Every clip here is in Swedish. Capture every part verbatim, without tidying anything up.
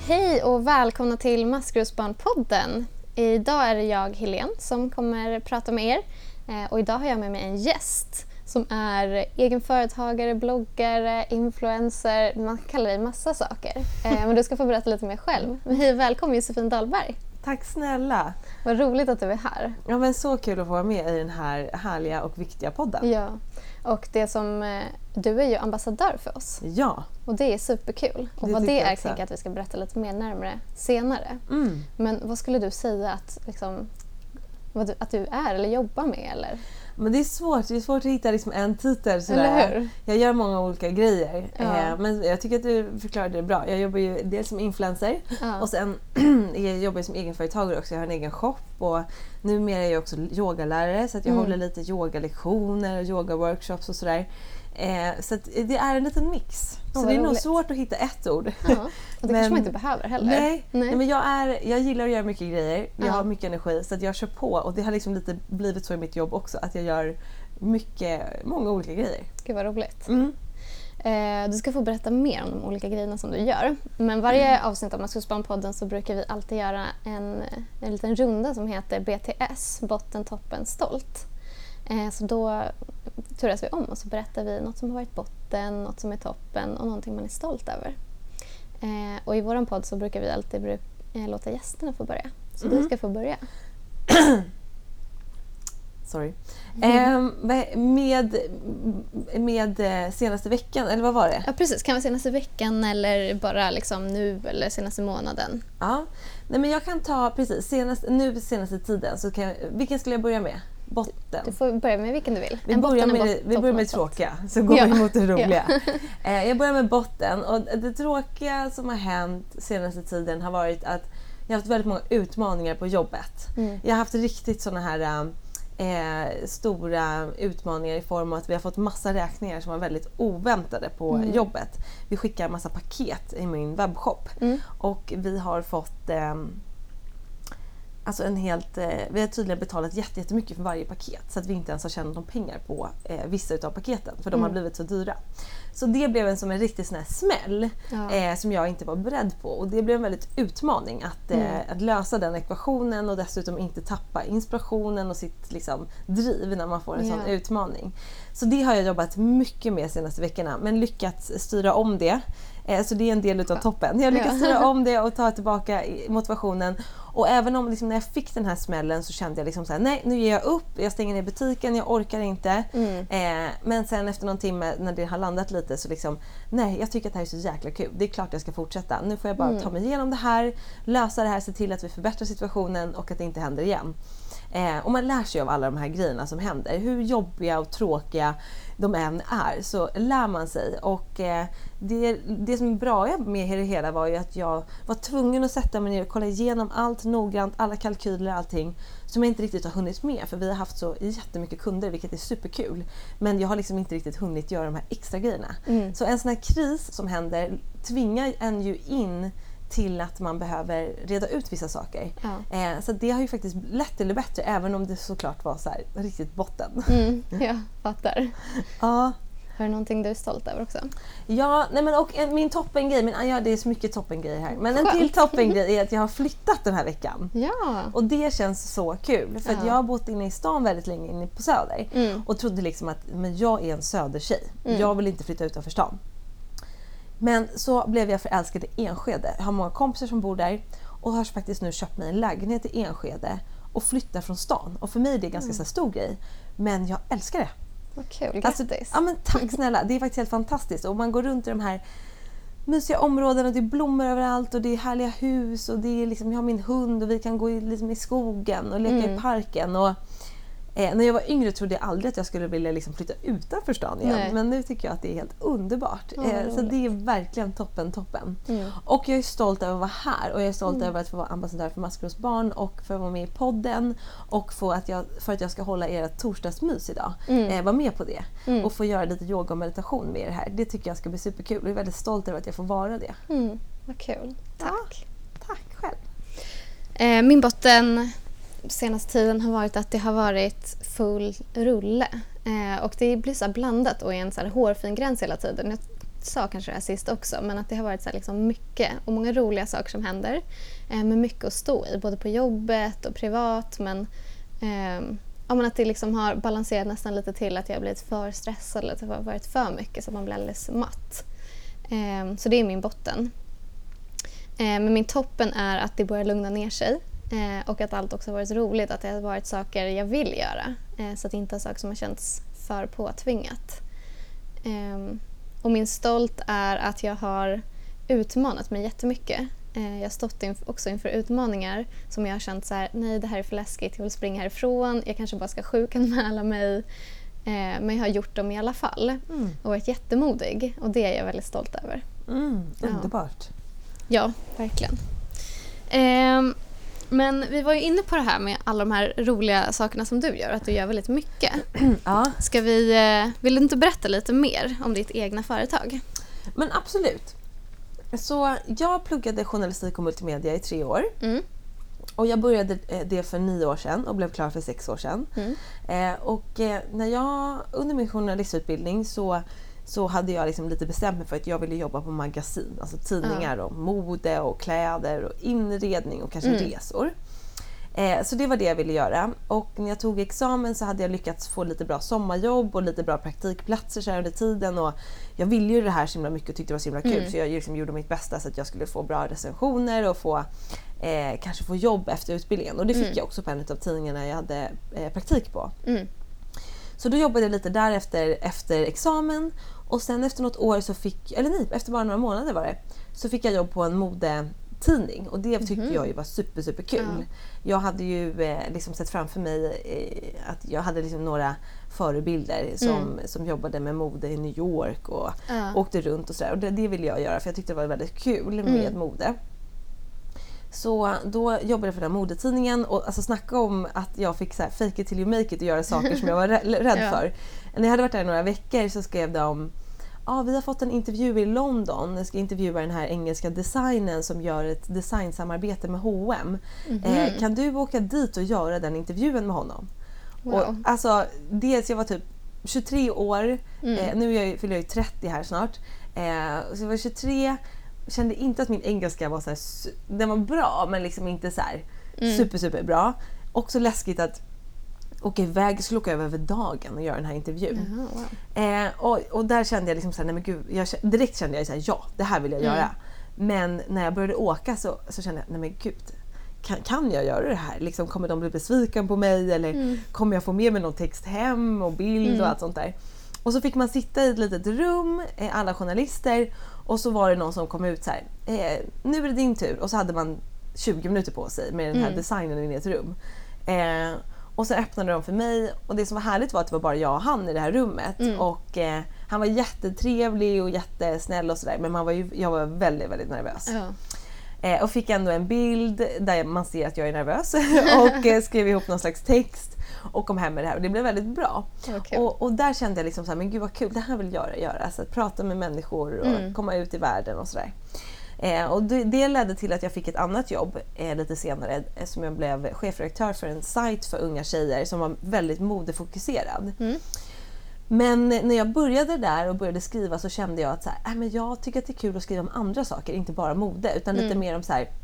Hej och välkomna till Maskrosbarnpodden. Idag är det jag, Helene, som kommer prata med er. Och idag har jag med mig en gäst som är egenföretagare, bloggare, influencer. Man kallar dig massa saker. Men du ska få berätta lite mer själv. Hej, välkommen Josefin Dahlberg. Tack snälla. Vad roligt att du är här. Ja, men så kul att få vara med i den här härliga och viktiga podden. Ja, och det som, du är ju ambassadör för oss. Ja. Och det är superkul. Och det vad det är jag tänker jag att vi ska berätta lite mer närmare senare. Mm. Men vad skulle du säga att, liksom, vad du, att du är eller jobbar med? Eller? Men det är svårt, det är svårt att hitta liksom en titel. Sådär. Eller hur? Jag gör många olika grejer. Ja. Eh, men jag tycker att du förklarade det bra. Jag jobbar ju dels som influencer Ja. och sen jag jobbar som egenföretagare också. Jag har en egen shop och numera är jag också yogalärare så att jag Mm. håller lite yogalektioner och yogaworkshops och sådär. Eh, så att det är en liten mix. Oh, så det är nog roligt. svårt att hitta ett ord. Ja. Och det Men- kanske man inte behöver heller. Nej, Nej. nej men jag, är, jag gillar att göra mycket grejer. Jag Ja. har mycket energi så att jag kör på. Och det har liksom lite blivit så i mitt jobb också. Att jag gör mycket, många olika grejer. Gud vad roligt. Mm. Eh, du ska få berätta mer om de olika grejerna som du gör. Men varje Mm. avsnitt av Maskrosbarnpodden så brukar vi alltid göra en, en liten runda som heter B T S, botten, toppen, stolt. Eh, så då turas vi om och så berättar vi något som har varit botten, något som är toppen och någonting man är stolt över. Eh, och i våran podd så brukar vi alltid bruk, eh, låta gästerna få börja. Så Mm. du ska få börja. Sorry. Mm. Eh, med, med eh, senaste veckan, eller vad var det? Ja precis, kan vara senaste veckan eller bara liksom nu eller senaste månaden. Ja. Nej, men jag kan ta precis senast, nu senaste tiden. Så kan jag, vilken skulle jag börja med? Botten. Du får börja med vilken du vill. Vi En börjar botten, en med, bot- vi börjar toppen och med det stolt. tråkiga, så går Ja. vi mot det roliga. Ja. Eh, jag börjar med botten. Och det tråkiga som har hänt senaste tiden har varit att jag har haft väldigt många utmaningar på jobbet. Mm. Jag har haft riktigt såna här eh, stora utmaningar i form av att vi har fått massa räkningar som var väldigt oväntade på Mm. jobbet. Vi skickar massa paket i min webbshop Mm. och vi har fått eh, Alltså en helt, eh, vi har tydligen betalat jätte- jättemycket för varje paket så att vi inte ens har tjänat någon pengar på eh, vissa utav paketen för de har Mm. blivit så dyra. Så det blev en som en riktig sån här smäll Ja. eh, som jag inte var beredd på och det blev en väldigt utmaning att, eh, Mm. att lösa den ekvationen och dessutom inte tappa inspirationen och sitt liksom, driv när man får en Ja. sån utmaning. Så det har jag jobbat mycket med de senaste veckorna men lyckats styra om det. Eh, så det är en del utav toppen. Jag lyckats Ja. styra om det och ta tillbaka i- motivationen. Och även om liksom, när jag fick den här smällen så kände jag liksom så här, nej nu ger jag upp, jag stänger ner butiken, jag orkar inte. Mm. Eh, men sen efter någon timme när det har landat lite så liksom, nej jag tycker att det här är så jäkla kul. Det är klart jag ska fortsätta. Nu får jag bara Mm. ta mig igenom det här, lösa det här, se till att vi förbättrar situationen och att det inte händer igen. Eh, och man lär sig av alla de här grejerna som händer. Hur jobbiga och tråkiga de än är så lär man sig. Och eh, det, det som är bra med det hela var ju att jag var tvungen att sätta mig ner och kolla igenom allt noggrant, alla kalkyler och allting som jag inte riktigt har hunnit med. För vi har haft så jättemycket kunder vilket är superkul. Men jag har liksom inte riktigt hunnit göra de här extra grejerna. Mm. Så en sån här kris som händer tvingar en ju in till att man behöver reda ut vissa saker. Ja. Eh, så det har ju faktiskt lett till det bättre även om det såklart var så här riktigt botten. Mm. Ja, fattar. Ja, Har du någonting du är stolt över också? ja nej men och en, min toppengrej, men ja, det är så mycket toppengrej här. Men en Skönt. till toppengrej är att jag har flyttat den här veckan. Ja. Och det känns så kul för att Ja. jag har bott inne i stan väldigt länge inne på Söder. Mm. Och trodde liksom att men jag är en södertjej. Mm. Jag vill inte flytta utanför stan. Men så blev jag förälskad i Enskede. Jag har många kompisar som bor där och har faktiskt nu köpt mig en lägenhet i Enskede och flyttar från stan. Och för mig är det en ganska Mm. så här stor grej. Men jag älskar det. Vad kul, Alltså, grattis. ja, men tack snälla, det är faktiskt helt fantastiskt. Och man går runt i de här mysiga områden och det är blommor överallt och det är härliga hus och det är liksom, jag har min hund och vi kan gå i, liksom, i skogen och leka Mm. i parken. Och, eh, när jag var yngre trodde jag aldrig att jag skulle vilja liksom, flytta utanför stan igen. Nej. Men nu tycker jag att det är helt underbart. Ja, vad eh, så roligt. det är verkligen toppen, toppen. Mm. Och jag är stolt över att vara här och jag är stolt Mm. över att få vara ambassadör för Maskrosbarn och för att vara med i podden och för att jag, för att jag ska hålla era torsdagsmys idag. Mm. Eh, vara med på det Mm. och få göra lite yoga och meditation med er här. Det tycker jag ska bli superkul och jag är väldigt stolt över att jag får vara det. Mm. Vad kul. Tack. Tack själv. Eh, min botten senaste tiden har varit att det har varit full rulle. Eh, och det blir så här blandat och i en så här hårfin gräns hela tiden. Jag sa kanske det här sist också, men att det har varit så här liksom mycket och många roliga saker som händer. Eh, med mycket att stå i, både på jobbet och privat. Men, eh, ja, men att det liksom har balanserat nästan lite till att jag har blivit för stressad eller att det har varit för mycket så att man blir alldeles matt. Eh, så det är min botten. Eh, men min toppen är att det börjar lugna ner sig. Eh, och att allt också har varit roligt, att det har varit saker jag vill göra. Eh, så att det inte är saker som har känts för påtvingat. Eh, och min stolt är att jag har utmanat mig jättemycket. Eh, jag har stått inf- också inför utmaningar som jag har känt så här: nej, det här är för läskigt, jag vill springa härifrån, jag kanske bara ska sjukanmäla mig. Eh, men jag har gjort dem i alla fall mm. och varit jättemodig, och det är jag väldigt stolt över. Mm, underbart. Ja, ja verkligen. Eh, Men vi var ju inne på det här med alla de här roliga sakerna som du gör, att du gör väldigt mycket. Ja. Ska vi, vill du inte berätta lite mer om ditt egna företag? Men absolut. Så jag pluggade journalistik och multimedia i tre år. Mm. Och jag började det för nio år sedan och blev klar för sex år sedan. Mm. Eh, och eh, när jag under min journalistutbildning så så hade jag liksom lite bestämt mig för att jag ville jobba på magasin, alltså tidningar om mode och kläder och inredning och kanske mm. resor. Eh, så det var det jag ville göra, och när jag tog examen så hade jag lyckats få lite bra sommarjobb och lite bra praktikplatser så här under tiden, och jag ville ju det här så himla mycket och tyckte det var så himla kul mm. så jag liksom gjorde mitt bästa så att jag skulle få bra recensioner och få eh, kanske få jobb efter utbildningen, och det fick mm. jag också på en av tidningarna jag hade eh, praktik på. Mm. Så då jobbade jag lite där efter, efter examen, och sen efter något år så fick, eller nej, efter bara några månader var det, så fick jag jobb på en modetidning, och det tyckte mm-hmm. jag ju var super super kul. Ja. Jag hade ju eh, liksom sett framför mig eh, att jag hade liksom några förebilder som, mm. som jobbade med mode i New York och ja. åkte runt och sådär, och det, det ville jag göra för jag tyckte det var väldigt kul med mm. mode. Så då jobbade jag för den här modetidningen, och alltså snacka om att jag fick så här fake it till you make it och göra saker som jag var rädd ja. för. När jag hade varit där i några veckor så skrev de: ja, vi har fått en intervju i London. Jag ska intervjua den här engelska designern som gör ett designsamarbete med H och M. Mm-hmm. Eh, kan du åka dit och göra den intervjun med honom? Wow. Och, alltså, dels jag var typ tjugotre år, mm. eh, nu är jag, fyller jag ju trettio här snart. Eh, så jag var tjugotre, kände inte att min engelska var så här, den var bra men liksom inte så här mm. super super bra. Också läskigt att åka iväg, skulle åka över över dagen och göra den här intervjun. Jaha, wow. eh, och, och där kände jag liksom så här, nej men gud, jag, direkt kände jag så här, ja, det här vill jag mm. göra. Men när jag började åka så, så kände jag, nej men gud, kan, kan jag göra det här? Liksom, kommer de bli besviken på mig? Eller mm. kommer jag få med mig någon text hem och bild mm. och allt sånt där? Och så fick man sitta i ett litet rum, alla journalister, och så var det någon som kom ut så här, eh, nu är det din tur. Och så hade man tjugo minuter på sig med den här mm. designen i ett rum. Eh, och så öppnade de för mig, och det som var härligt var att det var bara jag och han i det här rummet. Mm. Och eh, han var jättetrevlig och jättesnäll och sådär, men man var ju, jag var väldigt, väldigt nervös. Ja. Eh, och fick ändå en bild där man ser att jag är nervös och eh, skrev ihop någon slags text och kom hem med det här, och det blev väldigt bra. Okay. Och, och där kände jag liksom så här, men gud vad kul, det här vill jag göra. Alltså att prata med människor och mm. komma ut i världen och sådär. Eh, och det, det ledde till att jag fick ett annat jobb eh, lite senare, eh, som jag blev chefredaktör för en sajt för unga tjejer som var väldigt modefokuserad. Mm. Men när jag började där och började skriva så kände jag att så här, äh, men jag tycker att det är kul att skriva om andra saker, inte bara mode, utan mm. lite mer om så här,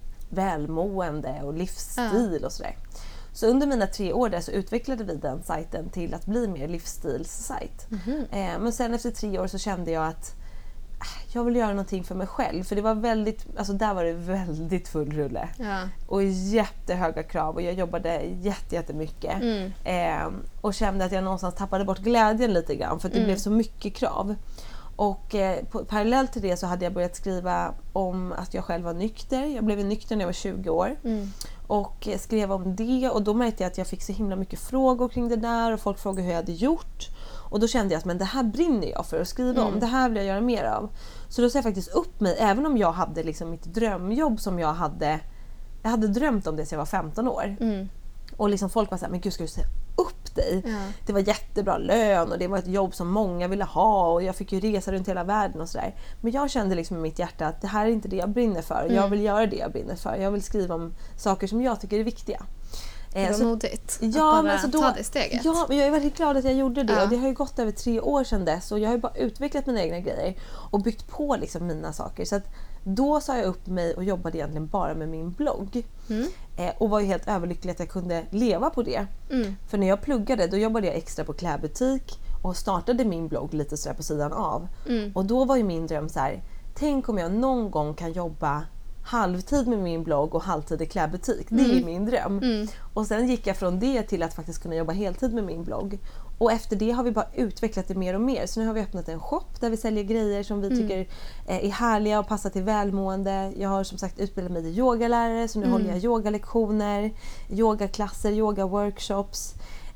välmående och livsstil mm. och sådär. Så under mina tre år där så utvecklade vi den sajten till att bli mer livsstilssajt. Mm. Eh, men sen efter tre år så kände jag att äh, jag vill göra någonting för mig själv. För det var väldigt, alltså där var det väldigt full rulle. Ja. Och jättehöga krav, och jag jobbade jätte, jättemycket. Mm. Eh, och kände att jag någonstans tappade bort glädjen lite grann, för att det mm. blev så mycket krav. Och eh, på, parallellt till det så hade jag börjat skriva om att jag själv var nykter. Jag blev nykter när jag var tjugo år. Mm. Och eh, skrev om det, och då märkte jag att jag fick så himla mycket frågor kring det där, och folk frågade hur jag hade gjort. Och då kände jag att men det här brinner jag för att skriva mm. om. Det här vill jag göra mer av. Så då sa jag faktiskt upp mig, även om jag hade liksom mitt drömjobb som jag hade... Jag hade drömt om det sedan jag var femton år. Mm. Och liksom folk var så här, men gud, ska du säga upp dig? Ja. Det var jättebra lön och det var ett jobb som många ville ha, och jag fick ju resa runt hela världen och sådär. Men jag kände liksom i mitt hjärta att det här är inte det jag brinner för. Mm. Jag vill göra det jag brinner för. Jag vill skriva om saker som jag tycker är viktiga. Det var så, modigt att ja, bara men så då, ta det steget. Ja, men jag är väldigt glad att jag gjorde det. Ja. Och det har ju gått över tre år sedan dess. Och jag har ju bara utvecklat mina egna grejer. Och byggt på liksom mina saker. Så att då sa jag upp mig och jobbade egentligen bara med min blogg. Mm. Eh, och var ju helt överlycklig att jag kunde leva på det. Mm. För när jag pluggade då jobbade jag extra på klädbutik. Och startade min blogg lite sådär på sidan av. Mm. Och då var ju min dröm så här: tänk om jag någon gång kan jobba halvtid med min blogg och halvtid i klädbutik. Det är Mm. min dröm. Mm. Och sen gick jag från det till att faktiskt kunna jobba heltid med min blogg. Och efter det har vi bara utvecklat det mer och mer. Så nu har vi öppnat en shop där vi säljer grejer som vi Mm. tycker är härliga och passar till välmående. Jag har som sagt utbildat mig till yogalärare, så nu Mm. håller jag yogalektioner, yogaklasser, yogaworkshops.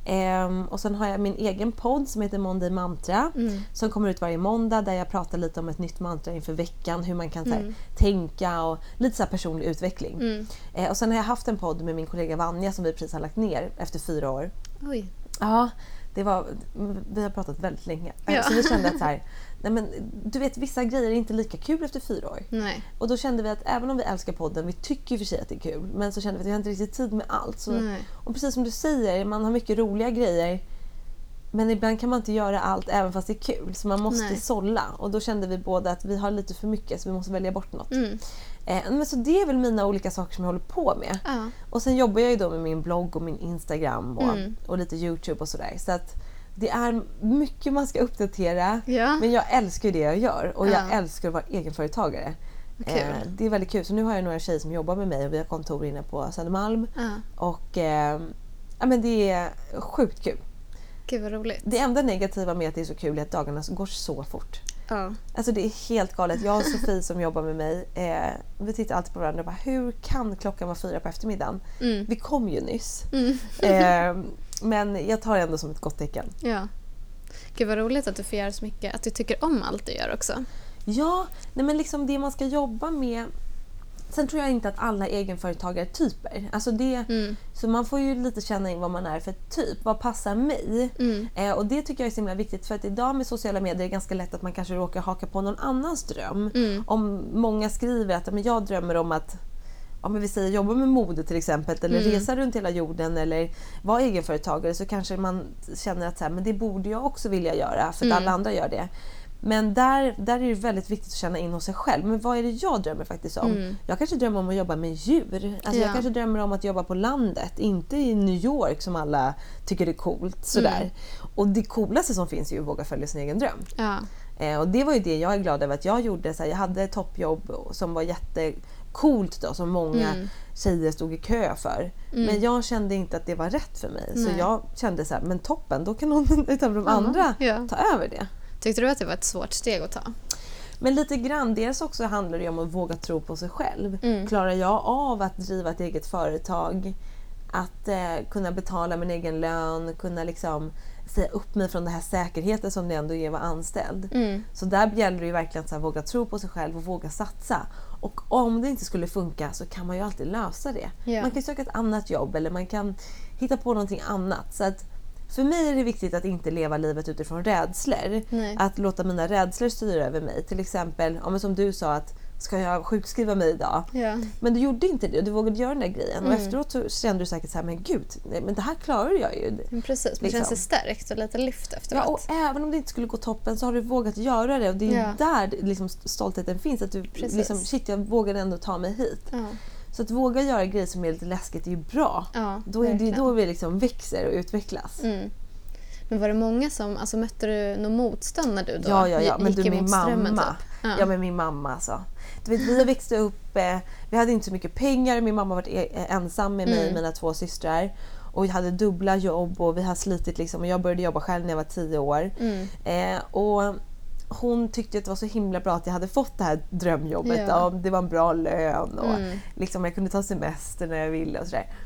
Um, och sen har jag min egen podd som heter Monday Mantra Mm. som kommer ut varje måndag, där jag pratar lite om ett nytt mantra inför veckan, hur man kan så här, Mm. tänka och lite så här personlig utveckling. Mm. Eh, och sen har jag haft en podd med min kollega Vanja som vi precis har lagt ner efter fyra år. Oj. Ja, det var, vi har pratat väldigt länge. Ja. Så vi kände att så här, nej men, du vet, vissa grejer är inte lika kul efter fyra år. Nej. Och då kände vi att även om vi älskar podden, vi tycker för sig att det är kul, men så kände vi att vi har inte riktigt tid med allt. Så, Nej. och precis som du säger, man har mycket roliga grejer, men ibland kan man inte göra allt även fast det är kul. Så man måste Nej. sålla. Och då kände vi båda att vi har lite för mycket, så vi måste välja bort något. Mm. Eh, men så det är väl mina olika saker som jag håller på med. Ja. Och sen jobbar jag ju då med min blogg och min Instagram och, Mm. och lite YouTube och sådär. Så att det är mycket man ska uppdatera. Ja. Men jag älskar ju det jag gör. Och jag Ja. älskar att vara egenföretagare. Kul. Eh, det är väldigt kul. Så nu har jag några tjejer som jobbar med mig och vi har kontor inne på Södermalm. Ja. Och eh, ja, men det är sjukt kul. Gud vad roligt. Det enda negativa med att det är så kul är att dagarna går så fort. Ja. Alltså det är helt galet. Jag och Sofie som jobbar med mig, eh, vi tittar alltid på varandra och bara, hur kan klockan vara fyra på eftermiddagen? Mm. Vi kom ju nyss. Mm. Eh, men jag tar det ändå som ett gott tecken. Ja. Gud vad roligt att du får göra så mycket, att du tycker om allt du gör också. Ja, nej men liksom det man ska jobba med. Sen tror jag inte att alla egenföretagare är typer. Alltså det, Mm. så man får ju lite känna in vad man är för typ. Vad passar mig? Mm. Eh, och det tycker jag är så himla viktigt. För att idag med sociala medier är det ganska lätt att man kanske råkar haka på någon annans dröm. Mm. Om många skriver att men jag drömmer om att, ja, men vi säger jobba med mode till exempel, eller Mm. resa runt hela jorden eller vara egenföretagare, så kanske man känner att så här, men det borde jag också vilja göra för att Mm. alla andra gör det. Men där, där är det väldigt viktigt att känna in hos sig själv. Men vad är det jag drömmer faktiskt om? Mm. Jag kanske drömmer om att jobba med djur. Alltså Ja. Jag kanske drömmer om att jobba på landet. Inte i New York som alla tycker är coolt. Sådär. Mm. Och det coolaste som finns är ju att våga följa sin egen dröm. Ja. Eh, och det var ju det jag är glad över att jag gjorde. Så här, jag hade ett toppjobb som var jättecoolt då, som många Mm. tjejer stod i kö för. Mm. Men jag kände inte att det var rätt för mig. Nej. Så jag kände så här, men toppen, då kan någon utav de andra Ja. ta över det. Tyckte du att det var ett svårt steg att ta? Men lite grann, dels också handlar det om att våga tro på sig själv. Mm. Klarar jag av att driva ett eget företag? Att eh, kunna betala min egen lön, kunna liksom säga upp mig från den här säkerheten som det ändå är att vara anställd. Mm. Så där gäller det ju verkligen att våga tro på sig själv och våga satsa. Och om det inte skulle funka så kan man ju alltid lösa det. Ja. Man kan söka ett annat jobb eller man kan hitta på någonting annat. Så att för mig är det viktigt att inte leva livet utifrån rädslor. Nej. Att låta mina rädslor styra över mig. Till exempel, ja, men som du sa, att ska jag sjukskriva mig idag? Ja. Men du gjorde inte det, du vågade göra den där grejen. Mm. Och efteråt så kände du säkert så här, men gud, nej, men det här klarar jag ju. Men precis, man Liksom. känns sig stärkt och lite lyft efteråt. Ja, och även om det inte skulle gå toppen så har du vågat göra det. Och det är Ja. där liksom stoltheten finns. Att du Precis. liksom, shit, jag vågade ändå ta mig hit. Ja. Så att våga göra grejer som är lite läskigt är ju bra. Ja, Då är det verkligen. då vi liksom växer och utvecklas. Mm. Men var det många som, alltså mötte du något motstånd när du då Ja, ja, ja. Men gick du, min emot strömmen, mamma. typ? Ja. Ja. men min mamma alltså. Du vet, vi har växt upp, eh, vi hade inte så mycket pengar. Min mamma var e- ensam med mig och Mm. mina två systrar. Och vi hade dubbla jobb och vi har slitit liksom. Och jag började jobba själv när jag var tio år. Mm. Eh, och hon tyckte att det var så himla bra att jag hade fått det här drömjobbet. Ja. Ja, det var en bra lön och Mm. liksom, jag kunde ta semester när jag ville och sådär.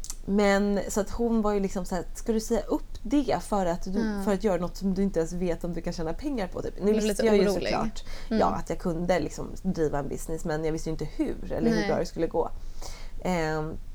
Men så att hon var ju liksom så här, ska du säga upp det för att, du, Mm. för att göra något som du inte ens vet om du kan tjäna pengar på? Typ. Nu Blev visste lite jag ju orolig. såklart Mm. ja, att jag kunde liksom driva en business, men jag visste ju inte hur eller Nej. hur bra det skulle gå. Ehm,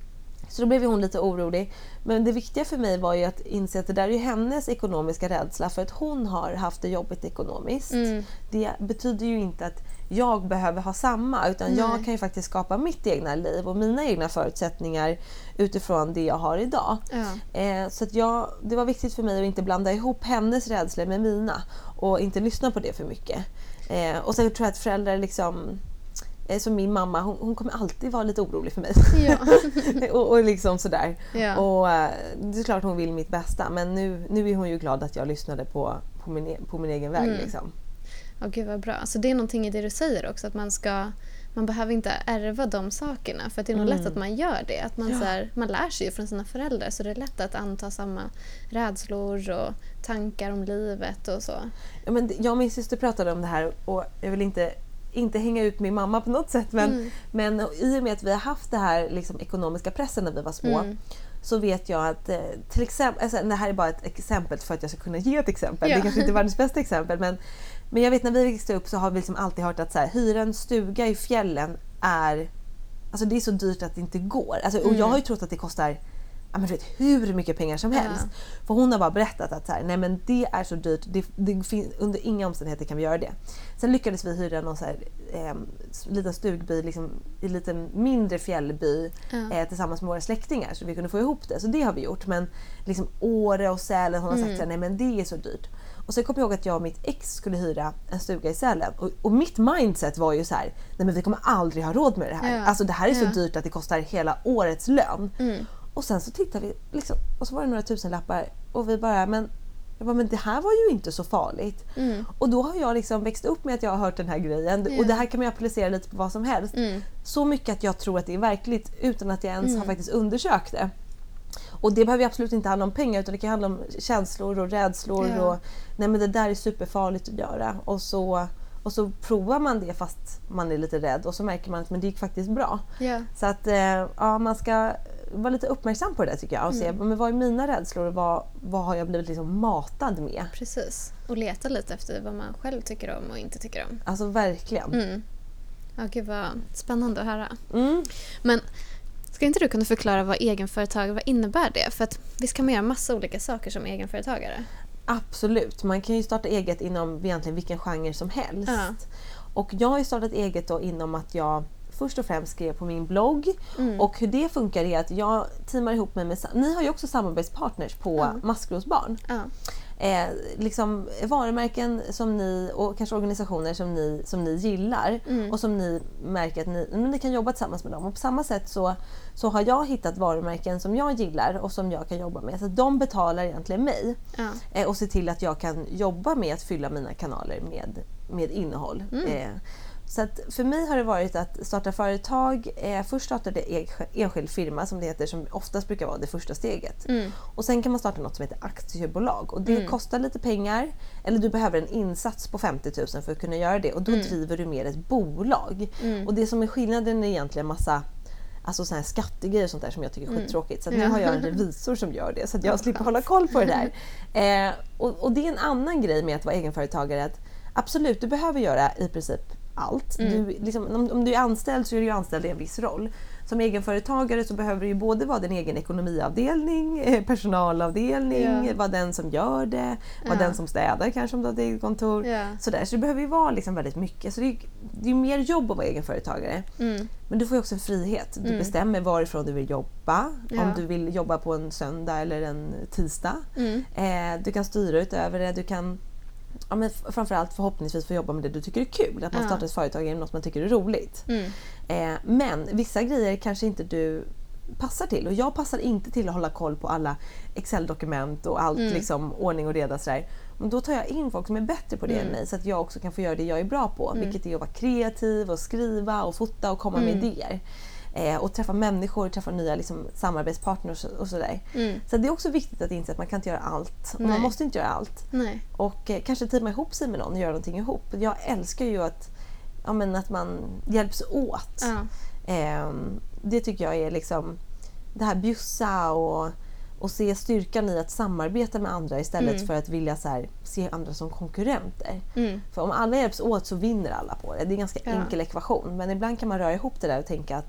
Så då blev hon lite orolig. Men det viktiga för mig var ju att inse att det där är ju hennes ekonomiska rädsla för att hon har haft det jobbigt ekonomiskt. Mm. Det betyder ju inte att jag behöver ha samma, utan Nej. jag kan ju faktiskt skapa mitt egna liv och mina egna förutsättningar utifrån det jag har idag. Ja. Eh, så att jag, det var viktigt för mig att inte blanda ihop hennes rädslor med mina och inte lyssna på det för mycket. Eh, och sen tror jag att föräldrar liksom... Som min mamma, hon, hon kommer alltid vara lite orolig för mig. Ja. och, och liksom sådär. Ja. Och det är klart hon vill mitt bästa. Men nu, nu är hon ju glad att jag lyssnade på, på, min, på min egen väg. Mm. Liksom. Ja, gud vad bra. Så det är någonting i det du säger också. Att man ska... Man behöver inte ärva de sakerna. För att det är nog mm. lätt att man gör det. Att man, ja. så här, man lär sig ju från sina föräldrar. Så det är lätt att anta samma rädslor och tankar om livet och så. Ja, men jag och min syster pratade om det här. Och jag vill inte... inte hänga ut min mamma på något sätt, men, mm. men i och med att vi har haft det här liksom, ekonomiska pressen när vi var små, mm. så vet jag att till exempel, alltså, det här är bara ett exempel för att jag ska kunna ge ett exempel, ja. Det kanske inte är världens bästa exempel, men, men jag vet när vi växte upp så har vi liksom alltid hört att så här, hyra en stuga i fjällen är, alltså det är så dyrt att det inte går, alltså, och mm. jag har ju trott att det kostar ja, men du vet, hur mycket pengar som helst. Ja. För hon har bara berättat att så här, nej men det är så dyrt, det, det finns, under inga omständigheter kan vi göra det. Sen lyckades vi hyra någon så här, eh, liten stugby liksom, i en liten mindre fjällby ja. eh, tillsammans med våra släktingar så vi kunde få ihop det. Så det har vi gjort. Men liksom Åre och Sälen, hon har sagt mm. så här, nej men det är så dyrt. Och sen kom jag ihåg att jag och mitt ex skulle hyra en stuga i Sälen. Och, och mitt mindset var ju så här, nej men vi kommer aldrig ha råd med det här. Ja. Alltså det här är så ja. dyrt att det kostar hela årets lön. Mm. Och sen så tittade vi liksom, och så var det några tusen lappar och vi bara, men, jag bara, men det här var ju inte så farligt. Mm. Och då har jag liksom växt upp med att jag har hört den här grejen. Yeah. Och det här kan man ju applicera lite på vad som helst. Mm. Så mycket att jag tror att det är verkligt utan att jag ens mm. har faktiskt undersökt det. Och det behöver absolut inte handla om pengar utan det kan handla om känslor och rädslor. Yeah. Och nej men det där är superfarligt att göra. Och så... Och så provar man det fast man är lite rädd och så märker man att men det gick faktiskt bra. Yeah. Så att ja, man ska vara lite uppmärksam på det tycker jag och se mm. men vad är mina rädslor och vad, vad har jag blivit liksom matad med. Precis, och leta lite efter vad man själv tycker om och inte tycker om. Alltså verkligen. Mm. Ja, gud vad spännande att höra. Mm. Men ska inte du kunna förklara vad egenföretagare, vad innebär det? För att visst kan man göra massa olika saker som egenföretagare. Absolut, man kan ju starta eget inom egentligen vilken genre som helst. Ja. Och jag har ju startat eget då inom att jag först och främst skrev på min blogg. Mm. Och hur det funkar är att jag teamar ihop mig med... Ni har ju också samarbetspartners på ja. Maskrosbarn. Ja. Eh, liksom varumärken som ni och kanske organisationer som ni, som ni gillar mm. och som ni märker att ni, ni kan jobba tillsammans med dem. Och på samma sätt så, så har jag hittat varumärken som jag gillar och som jag kan jobba med. Så de betalar egentligen mig ja. eh, och ser till att jag kan jobba med att fylla mina kanaler med, med innehåll. Mm. Eh, Så att för mig har det varit att starta företag. Eh, först startade jag enskild firma som det heter, som oftast brukar vara det första steget. Mm. Och sen kan man starta något som heter aktiebolag. Och det mm. kostar lite pengar. Eller du behöver en insats på femtio tusen för att kunna göra det. Och då mm. driver du mer ett bolag. Mm. Och det som är skillnaden är egentligen massa alltså såna här skattegrejer och sånt där som jag tycker är skittråkigt. Så att nu har jag en revisor som gör det så att jag slipper hålla koll på det där. Eh, och, och det är en annan grej med att vara egenföretagare. Att absolut, du behöver göra i princip allt. Mm. Du, liksom, om, om du är anställd så är du ju anställd i en viss roll. Som egenföretagare så behöver du ju både vara din egen ekonomiavdelning, personalavdelning, yeah. vara den som gör det, vara yeah. den som städar kanske om du har ett eget kontor. Yeah. Sådär. Så du behöver ju vara liksom väldigt mycket. Så det är, det är mer jobb att vara egenföretagare. Mm. Men du får ju också en frihet. Du mm. bestämmer varifrån du vill jobba. Yeah. Om du vill jobba på en söndag eller en tisdag. Mm. Eh, du kan styra utöver det. Du kan ja, men framförallt förhoppningsvis få jobba med det du tycker är kul. Att man ja. startar ett företag är något man tycker är roligt. Mm. Eh, men vissa grejer kanske inte du passar till. Och jag passar inte till att hålla koll på alla Excel-dokument och allt mm. liksom, ordning och reda. Sådär. Men då tar jag in folk som är bättre på det mm. än mig. Så att jag också kan få göra det jag är bra på. Mm. Vilket är att vara kreativ och skriva och fota och komma mm. med idéer. Eh, och träffa människor, träffa nya liksom, samarbetspartners och sådär. Mm. Så det är också viktigt att inse att man kan inte göra allt. Och man måste inte göra allt. Nej. Och eh, kanske teama ihop sig med någon och göra någonting ihop. Jag älskar ju att, ja, men att man hjälps åt. Ja. Eh, det tycker jag är liksom det här bjussa och, och se styrkan i att samarbeta med andra istället mm. för att vilja så här, se andra som konkurrenter. Mm. För om alla hjälps åt så vinner alla på det. Det är en ganska ja. enkel ekvation. Men ibland kan man röra ihop det där och tänka att nej,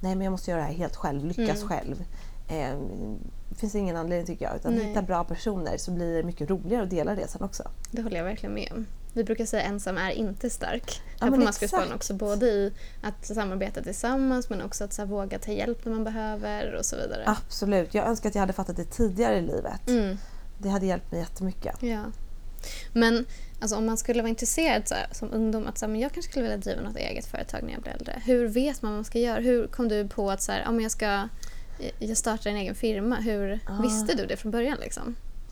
nej men jag måste göra det här helt själv, lyckas Mm. själv. Eh, det finns ingen anledning tycker jag, utan Nej. hitta bra personer så blir det mycket roligare att dela det sen också. Det håller jag verkligen med om. Vi brukar säga ensam är inte stark. Ja, Här på men Maskrosbarn exakt. också. Både i att samarbeta tillsammans men också att så här, våga ta hjälp när man behöver och så vidare. Absolut, jag önskar att jag hade fattat det tidigare i livet. Mm. Det hade hjälpt mig jättemycket. Ja. Men alltså, om man skulle vara intresserad så här, som ungdom att så här, men jag kanske skulle vilja driva något eget företag när jag blir äldre. Hur vet man vad man ska göra? Hur kom du på att så här, ja, men jag ska jag startar en egen firma? Hur Ah. visste du det från början liksom?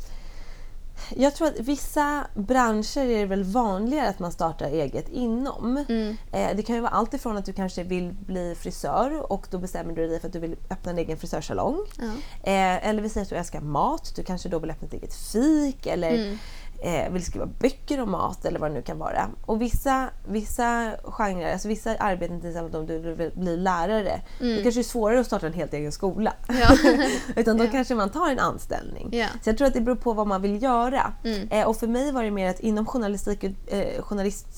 Jag tror att vissa branscher är det väl vanligare att man startar eget inom. Mm. Eh, det kan ju vara allt ifrån att du kanske vill bli frisör och då bestämmer du dig för att du vill öppna en egen frisörsalong. Ja. Eh, eller vi säger att du älskar mat, du kanske då vill öppna ett eget fik eller Mm. eh, vill skriva böcker om mat eller vad det nu kan vara. Och vissa, vissa genrer, alltså vissa arbeten, till exempel om du vill bli lärare, Mm. då kanske det är svårare att starta en helt egen skola. Ja. Utan då Ja. kanske man tar en anställning. Ja. Så jag tror att det beror på vad man vill göra. Mm. Eh, och för mig var det mer att inom journalistik, eh, journalist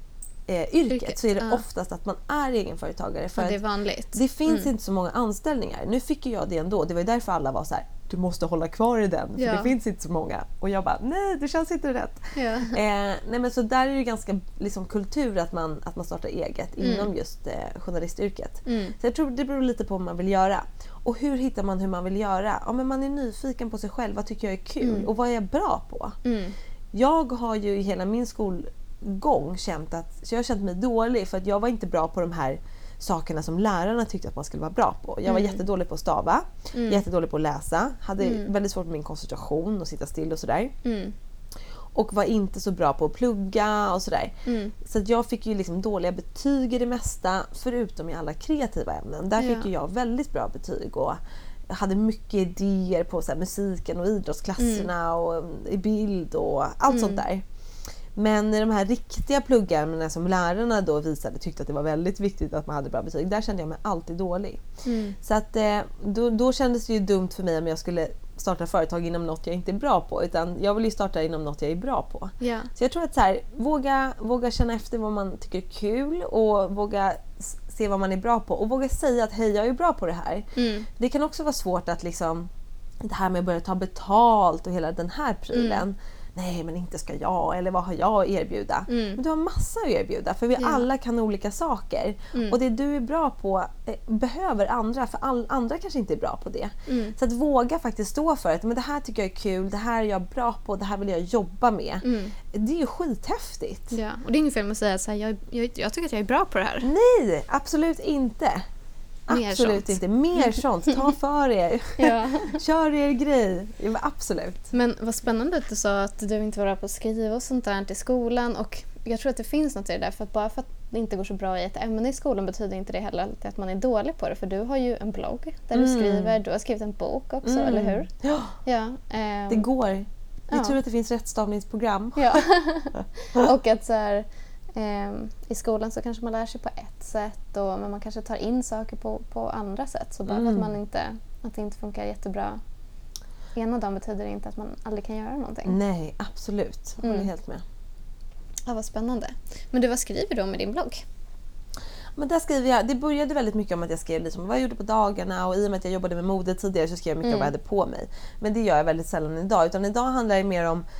eh, yrket, Yrket, så är det ja. oftast att man är egenföretagare. För Ja, det är att vanligt. det finns Mm. inte så många anställningar. Nu fick ju jag det ändå. Det var ju därför alla var så här: du måste hålla kvar i den. För Ja. det finns inte så många. Och jag bara, nej det känns inte rätt. Ja. Eh, nej men så där är det ganska liksom, kultur att man, att man startar eget Mm. inom just eh, journalistyrket. Mm. Så jag tror det beror lite på vad man vill göra. Och hur hittar man hur man vill göra? Ja, men man är nyfiken på sig själv. Vad tycker jag är kul? Mm. Och vad är jag bra på? Mm. Jag har ju i hela min skolgång känt att så jag har känt mig dålig för att jag var inte bra på de här sakerna som lärarna tyckte att man skulle vara bra på. Jag var Mm. jättedålig på att stava, Mm. jättedålig på att läsa, hade Mm. väldigt svårt med min koncentration och sitta still och sådär. Mm. Och var inte så bra på att plugga och sådär. Mm. Så att jag fick ju liksom dåliga betyg i det mesta, förutom i alla kreativa ämnen. Där Ja. fick ju jag väldigt bra betyg och jag hade mycket idéer på så här, musiken och idrottsklasserna och um, i bild och allt Mm. sånt där. Men i de här riktiga pluggarna som lärarna då visade tyckte att det var väldigt viktigt att man hade bra betyg. Där kände jag mig alltid dålig. Mm. Så att eh, då, då kändes det ju dumt för mig om jag skulle starta företag inom något jag inte är bra på. Utan jag vill ju starta inom något jag är bra på. Ja. Så jag tror att så här, våga, våga känna efter vad man tycker är kul och våga s- se vad man är bra på. Och våga säga att hej, jag är bra på det här. Mm. Det kan också vara svårt att liksom, det här med att börja ta betalt och hela den här prylen. Mm. Nej, men inte ska jag, eller vad har jag att erbjuda? Mm. Men du har massa att erbjuda, för vi Ja. alla kan olika saker. Mm. Och det du är bra på eh, behöver andra, för all, andra kanske inte är bra på det. Mm. Så att våga faktiskt stå för att men det här tycker jag är kul, det här är jag bra på, det här vill jag jobba med. Mm. Det är ju skithäftigt. Ja. Och det är inget fel med att säga att så här, jag, jag, jag tycker att jag är bra på det här. Nej, absolut inte. Mer Absolut sånt. inte. Mer sånt. Ta för er. Ja. Kör er grej. Ja, men absolut. Men vad spännande att du sa att du inte var bra på att skriva och sånt där i skolan. Och jag tror att det finns något i det där. För att bara för att det inte går så bra i ett ämne i skolan betyder inte det heller alltid att man är dålig på det. För du har ju en blogg där du Mm. skriver. Du har skrivit en bok också, Mm. eller hur? Ja, Ja. ehm, det går. Det är Ja. tur att det finns rättstavningsprogram. Ja. Och att så här, ehm, i skolan så kanske man lär sig på ett sätt och, men man kanske tar in saker på, på andra sätt. Så bara Mm. för att, man inte, att det inte funkar jättebra ena dagen betyder det inte att man aldrig kan göra någonting. Nej, absolut. Jag håller Mm. helt med. Ja, vad spännande. Men du, vad skriver du om i din blogg? Men där skriver jag, det började väldigt mycket om att jag skrev liksom vad jag gjorde på dagarna och i och med att jag jobbade med mode tidigare så skrev jag mycket Mm. om vad jag hade på mig. Men det gör jag väldigt sällan idag, utan idag handlar det mer om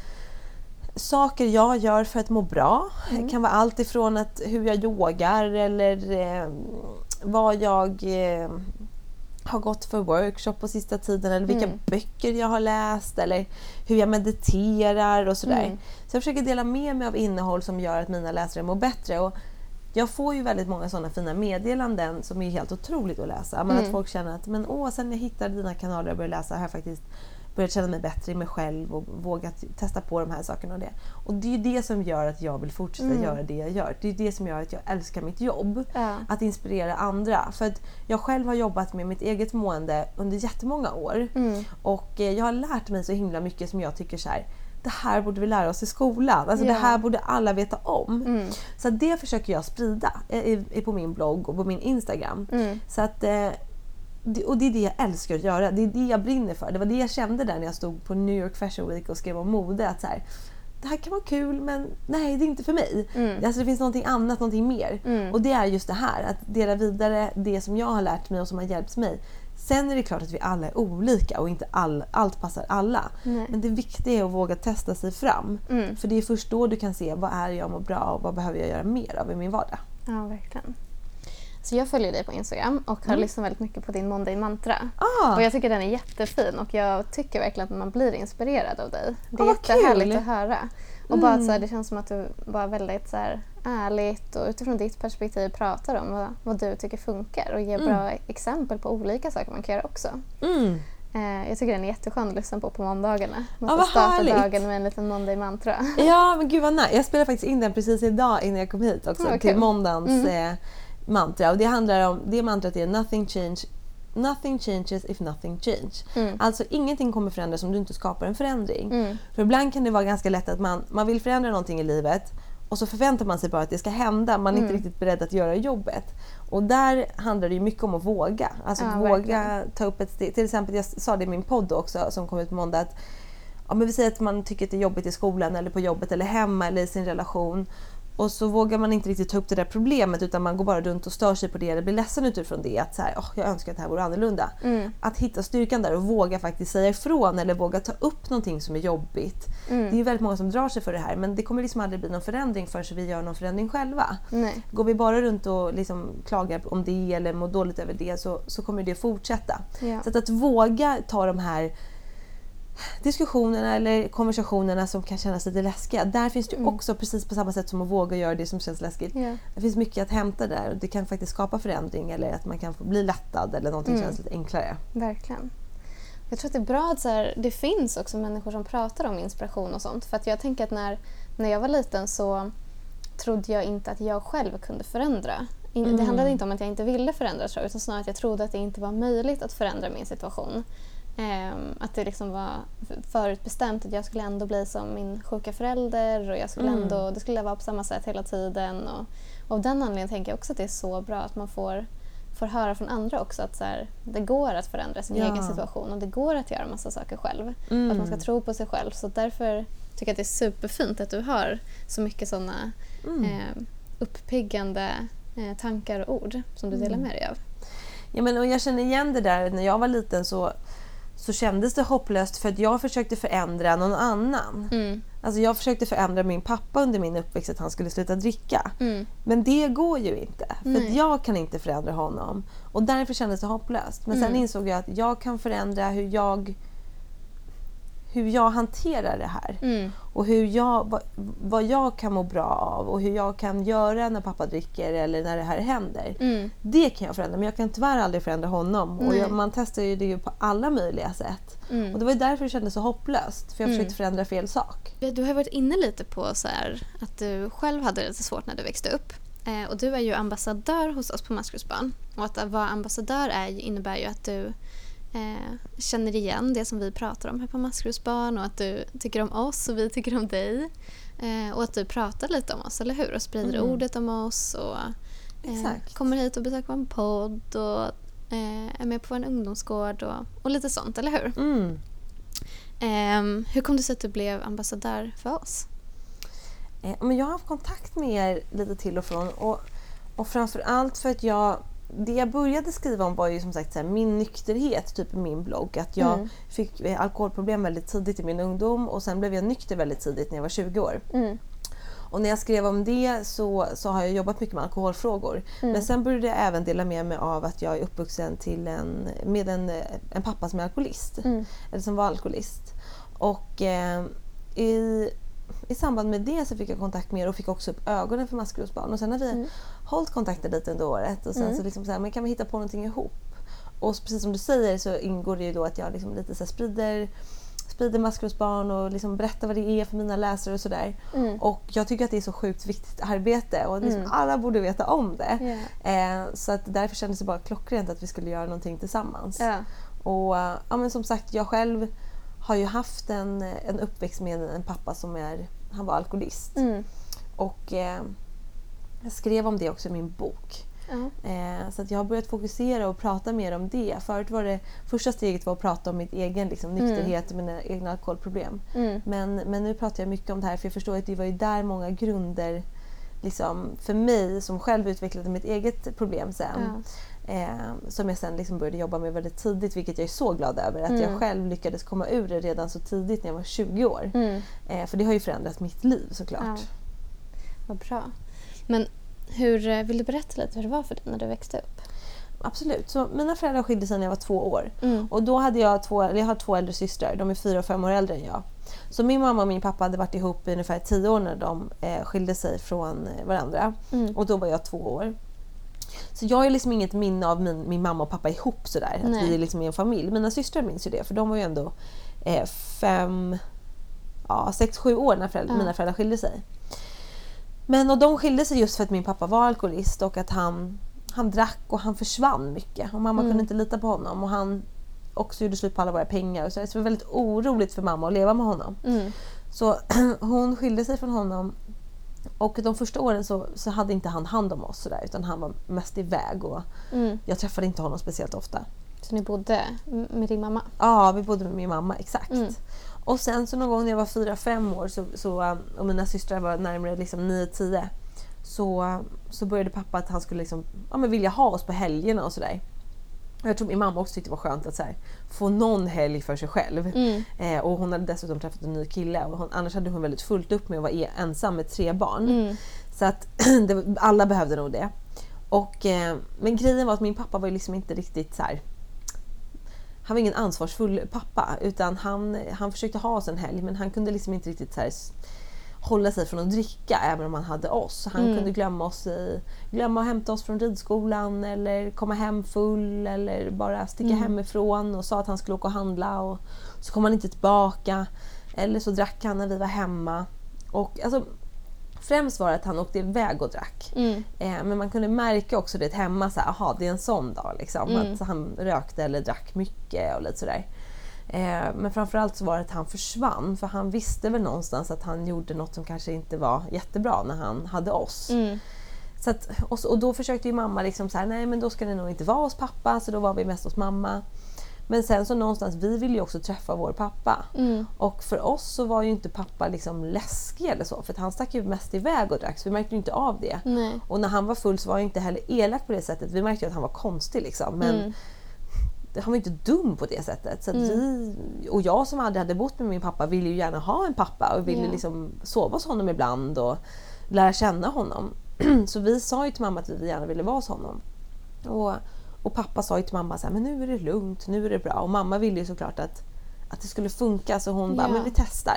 saker jag gör för att må bra. Mm. Det kan vara allt ifrån att hur jag yogar eller eh, vad jag eh, har gått för workshop på sista tiden eller vilka Mm. böcker jag har läst eller hur jag mediterar och sådär. Mm. Så jag försöker dela med mig av innehåll som gör att mina läsare mår bättre. Och jag får ju väldigt många sådana fina meddelanden som är helt otroligt att läsa. Men Mm. att folk känner att men, åh, sen jag hittade dina kanaler och började läsa har jag faktiskt börjat känna mig bättre i mig själv och vågat testa på de här sakerna och det. Och det är ju det som gör att jag vill fortsätta Mm. göra det jag gör. Det är det som gör att jag älskar mitt jobb. Ja. Att inspirera andra. För att jag själv har jobbat med mitt eget mående under jättemånga år. Mm. Och eh, jag har lärt mig så himla mycket som jag tycker så här. Det här borde vi lära oss i skolan. Alltså Ja. det här borde alla veta om. Mm. Så att det försöker jag sprida eh, i, i, på min blogg och på min Instagram. Mm. Så att, eh, det, och det är det jag älskar att göra. Det är det jag brinner för. Det var det jag kände där när jag stod på New York Fashion Week och skrev om mode. Att så här, det här kan vara kul men nej, det är inte för mig. Mm. Alltså det finns någonting annat, någonting mer. Mm. Och det är just det här, att dela vidare det som jag har lärt mig och som har hjälpt mig. Sen är det klart att vi alla är olika och inte all, allt passar alla. Nej. Men det viktiga är att våga testa sig fram. Mm. För det är först då du kan se vad är jag mår bra och vad behöver jag göra mer av i min vardag. Ja, verkligen. Så jag följer dig på Instagram och har Mm. lyssnat väldigt mycket på din Monday Mantra. Ah. Och jag tycker den är jättefin och jag tycker verkligen att man blir inspirerad av dig. Det är Ah, vad jättehärligt kul. att höra. Och bara att så här, det känns som att du bara väldigt så här, ärligt och utifrån ditt perspektiv pratar om vad, vad du tycker funkar och ger Mm. bra exempel på olika saker man kan göra också. Mm. Eh, jag tycker den är jätteskön att lyssna på på måndagarna. Man Ja, får vad starta härligt. dagen med en liten Monday Mantra. Ja, men gud vad nice. Jag spelade faktiskt in den precis idag innan jag kom hit också. Ja, vad till kul. måndagens Mm. eh, mantra. Och det handlar om, det mantrat är nothing change, nothing changes if nothing change. Mm. Alltså ingenting kommer förändras om du inte skapar en förändring. Mm. För ibland kan det vara ganska lätt att man, man vill förändra någonting i livet och så förväntar man sig bara att det ska hända. Man är Mm. inte riktigt beredd att göra jobbet. Och där handlar det ju mycket om att våga. Alltså Ja, våga verkligen. ta upp ett steg. Till exempel, jag sa det i min podd också som kom ut på måndag, att ja, men vi säger att man tycker att det är jobbigt i skolan eller på jobbet eller hemma eller i sin relation. Och så vågar man inte riktigt ta upp det där problemet utan man går bara runt och stör sig på det eller blir ledsen utifrån det. Att så här, oh, jag önskar att det här vore annorlunda. Mm. Att hitta styrkan där och våga faktiskt säga ifrån eller våga ta upp någonting som är jobbigt. Mm. Det är ju väldigt många som drar sig för det här men det kommer liksom aldrig bli någon förändring förrän vi gör någon förändring själva. Nej. Går vi bara runt och liksom klagar om det eller mår dåligt över det så, så kommer det fortsätta. Ja. Så att, att våga ta de här diskussionerna eller konversationerna som kan kännas lite läskiga. Där finns det ju Mm. också precis på samma sätt som att våga göra det som känns läskigt. Ja. Det finns mycket att hämta där och det kan faktiskt skapa förändring eller att man kan få bli lättad eller någonting Mm. känns lite enklare. Verkligen. Jag tror att det är bra att så här, det finns också människor som pratar om inspiration och sånt. För att jag tänker att när, när jag var liten så trodde jag inte att jag själv kunde förändra. In, Mm. Det handlade inte om att jag inte ville förändra tror jag, utan snarare att jag trodde att det inte var möjligt att förändra min situation. Ehm, att det liksom var förutbestämt att jag skulle ändå bli som min sjuka förälder och jag skulle Mm. ändå, det skulle vara på samma sätt hela tiden. Och, och av den anledningen tänker jag också att det är så bra att man får, får höra från andra också att så här, det går att förändra sin Ja. egen situation och det går att göra massa saker själv. Mm. Att man ska tro på sig själv. Så därför tycker jag att det är superfint att du har så mycket sådana Mm. eh, uppiggande eh, tankar och ord som du delar med dig av. Ja, men, och jag känner igen det där, när jag var liten så, så kändes det hopplöst för att jag försökte förändra någon annan. Mm. Alltså jag försökte förändra min pappa under min uppväxt att han skulle sluta dricka. Mm. Men det går ju inte. För Nej. att jag kan inte förändra honom. Och därför kändes det hopplöst. Men sen Mm. insåg jag att jag kan förändra hur jag hur jag hanterar det här. Mm. Och hur jag, vad, vad jag kan må bra av och hur jag kan göra när pappa dricker eller när det här händer. Mm. Det kan jag förändra, men jag kan tyvärr aldrig förändra honom. Och Nej. jag, man testar ju det ju på alla möjliga sätt. Mm. Och det var ju därför det kändes så hopplöst. För jag Mm. försökte förändra fel sak. Du har varit inne lite på så här, att du själv hade det lite svårt när du växte upp. Eh, och du är ju ambassadör hos oss på Maskrosbarn. Och att vara ambassadör är, innebär ju att du eh, känner igen det som vi pratar om här på Maskrosbarn och att du tycker om oss och vi tycker om dig. Eh, och att du pratar lite om oss, eller hur? Och sprider Mm. ordet om oss och eh, Exakt. kommer hit och besöker en podd och eh, är med på en ungdomsgård och, och lite sånt, eller hur? Mm. Eh, hur kom det sig att du blev ambassadör för oss? Eh, Men jag har haft kontakt med er lite till och från. Och, och framförallt för att jag... Det jag började skriva om var ju som sagt så här, min nykterhet typ i min blogg. Att jag Mm. fick eh, alkoholproblem väldigt tidigt i min ungdom. Och sen blev jag nykter väldigt tidigt när jag var tjugo år. Mm. Och när jag skrev om det så, så har jag jobbat mycket med alkoholfrågor. Mm. Men sen började jag även dela med mig av att jag är uppvuxen till en, med en, en pappa som är alkoholist. Mm. Eller som var alkoholist. Och eh, i, i samband med det så fick jag kontakt med er och fick också upp ögonen för Maskrosbarn. Och sen har vi Mm. hållit kontakten lite under året. Och sen Mm. så liksom så här, men kan vi hitta på någonting ihop? Och precis som du säger så ingår det ju då att jag liksom lite så här sprider sprider Maskrosbarn och liksom berättar vad det är för mina läsare och sådär. Mm. Och jag tycker att det är så sjukt viktigt arbete och liksom Mm. alla borde veta om det. Yeah. Eh, så att därför kändes det bara klockrent att vi skulle göra någonting tillsammans. Ja. Och eh, ja, men som sagt, jag själv har ju haft en, en uppväxt med en pappa som är, han var alkoholist. Mm. Och eh, jag skrev om det också i min bok. Ja. Eh, så att jag har börjat fokusera och prata mer om det. Förut var det, första steget var att prata om mitt egen liksom, nykterhet och mina egna alkoholproblem. Mm. Men, men nu pratar jag mycket om det här för jag förstår att det var ju där många grunder liksom, för mig som själv utvecklade mitt eget problem sen. Ja. Eh, som jag sen liksom började jobba med väldigt tidigt, vilket jag är så glad över. Att Mm. jag själv lyckades komma ur det redan så tidigt när jag var tjugo år. Mm. Eh, för det har ju förändrat mitt liv såklart. Ja. Vad bra. Men hur, vill du berätta lite hur det var för dig när du växte upp? Absolut. Så mina föräldrar skilde sig när jag var två år. Mm. Och då hade jag två, jag har två äldre systrar. De är fyra och fem år äldre än jag. Så min mamma och min pappa hade varit ihop i ungefär tio år när de eh, skilde sig från varandra. Mm. Och då var jag två år. Så jag har liksom inget minne av min, min mamma och pappa ihop sådär. Att Nej. vi är liksom en familj. Mina systrar minns ju det. För de var ju ändå eh, fem, ja, sex, sju år när föräldrar, Ja. mina föräldrar skilde sig. Men och de skilde sig just för att min pappa var alkoholist och att han, han drack och han försvann mycket. Och mamma Mm. kunde inte lita på honom. Och han också gjorde slut på alla våra pengar. Och så, så det var väldigt oroligt för mamma att leva med honom. Mm. Så hon skilde sig från honom. Och de första åren så, så hade inte han hand om oss så där, utan han var mest iväg. Och Mm. jag träffade inte honom speciellt ofta. Så ni bodde med din mamma? Ja, vi bodde med min mamma, exakt. Mm. Och sen så någon gång när jag var fyra fem år så, så, och mina systrar var närmare liksom nio tio så, så började pappa att han skulle liksom, ja, men vilja ha oss på helgerna och sådär. Jag tror min mamma också tyckte det var skönt att så här, få någon helg för sig själv. Mm. Eh, och hon hade dessutom träffat en ny kille. Och hon, annars hade hon väldigt fullt upp med att vara e- ensam med tre barn. Mm. Så att det, alla behövde nog det. Och, eh, men grejen var att min pappa var ju liksom inte riktigt så här. Han var ingen ansvarsfull pappa. Utan han, han försökte ha oss en helg. Men han kunde liksom inte riktigt så här, hålla sig från att dricka även om han hade oss. Han Mm. kunde glömma oss i, glömma att hämta oss från ridskolan eller komma hem full eller bara sticka Mm. hemifrån och sa att han skulle åka och handla och så kom han inte tillbaka. Eller så drack han när vi var hemma. Och alltså, främst var det att han åkte iväg och drack. Mm. Eh, men man kunde märka också det hemma, så här, aha, det är en sån dag liksom. Mm. Att han rökte eller drack mycket och lite sådär. Eh, men framförallt så var det att han försvann. För han visste väl någonstans att han gjorde något som kanske inte var jättebra när han hade oss. Mm. Så att, och, och då försökte ju mamma liksom så här, nej men då ska det nog inte vara hos pappa. Så då var vi mest hos mamma. Men sen så någonstans, vi ville ju också träffa vår pappa. Mm. Och för oss så var ju inte pappa liksom läskig eller så. För att han stack ju mest iväg och drack, så vi märkte ju inte av det. Nej. Och när han var full så var han inte heller elak på det sättet. Vi märkte ju att han var konstig liksom. Men Mm. han var inte dum på det sättet. Så att Mm. vi, och jag som aldrig hade bott med min pappa ville ju gärna ha en pappa. Och ville Ja. liksom sova hos honom ibland och lära känna honom. Så vi sa ju till mamma att vi gärna ville vara hos honom. Och, och pappa sa ju till mamma så här, men nu är det lugnt, nu är det bra. Och mamma ville ju såklart att, att det skulle funka, så hon bara, Ja. men vi testar.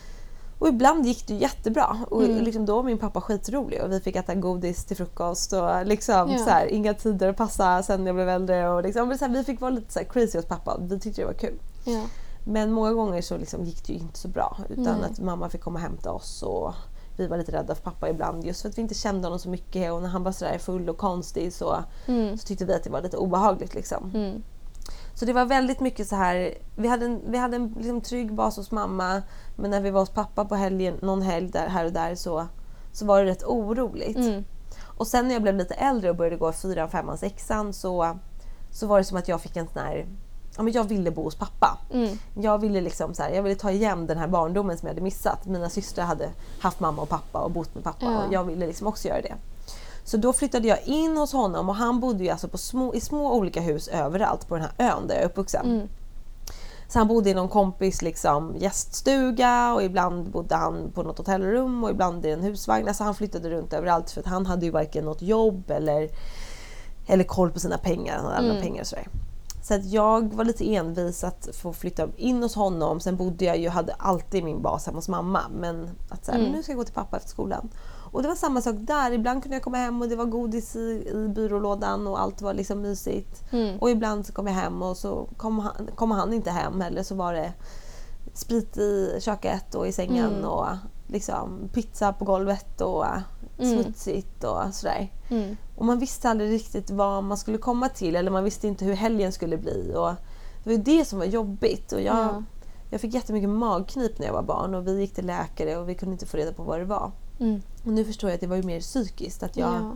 Och ibland gick det jättebra. Och Mm. liksom då var min pappa skitrolig. Och vi fick äta godis till frukost. Och liksom Ja. så här, inga tider att passa sen jag blev äldre. Och liksom, så här, vi fick vara lite så här crazy hos pappa. Vi tyckte det var kul. Ja. Men många gånger så liksom gick det ju inte så bra. Utan Nej. att mamma fick komma och hämta oss. Och vi var lite rädda för pappa ibland. Just för att vi inte kände honom så mycket. Och när han var så där full och konstig så, Mm. så tyckte vi att det var lite obehagligt. Liksom. Mm. Så det var väldigt mycket så här. Vi hade en, vi hade en liksom trygg bas hos mamma. Men när vi var hos pappa på helgen, någon helg där, här och där så, så var det rätt oroligt. Mm. Och sen när jag blev lite äldre och började gå fyran, femman, sexan så, så var det som att jag fick en sån här. Ja, men jag ville bo hos pappa. Mm. Jag ville liksom så här, jag ville ta igen den här barndomen som jag hade missat. Mina systrar hade haft mamma och pappa och bott med pappa. Ja. Och jag ville liksom också göra det. Så då flyttade jag in hos honom och han bodde ju alltså på små, i små olika hus överallt på den här ön där jag är uppvuxen. Mm. Så han bodde i någon kompis liksom, gäststuga och ibland bodde han på något hotellrum och ibland i en husvagn. Alltså han flyttade runt överallt för att han hade ju varken något jobb eller, eller koll på sina pengar. Han hade Mm. alla pengar och sådär. Så att jag var lite envis att få flytta in hos honom. Sen bodde jag ju, hade alltid min bas hemma hos mamma. Men att så här, Mm. men nu ska jag gå till pappa efter skolan. Och det var samma sak där. Ibland kunde jag komma hem och det var godis i, i byrålådan och allt var liksom mysigt. Mm. Och ibland så kom jag hem och så kom han, kom han inte hem. Eller så var det sprit i köket och i sängen Mm. och liksom pizza på golvet och Mm. smutsigt och sådär. Mm. Och man visste aldrig riktigt vad man skulle komma till eller man visste inte hur helgen skulle bli. Och det var ju det som var jobbigt. Och jag, Ja. jag fick jättemycket magknip när jag var barn och vi gick till läkare och vi kunde inte få reda på vad det var. Mm. Och nu förstår jag att det var ju mer psykiskt. Att jag, Ja.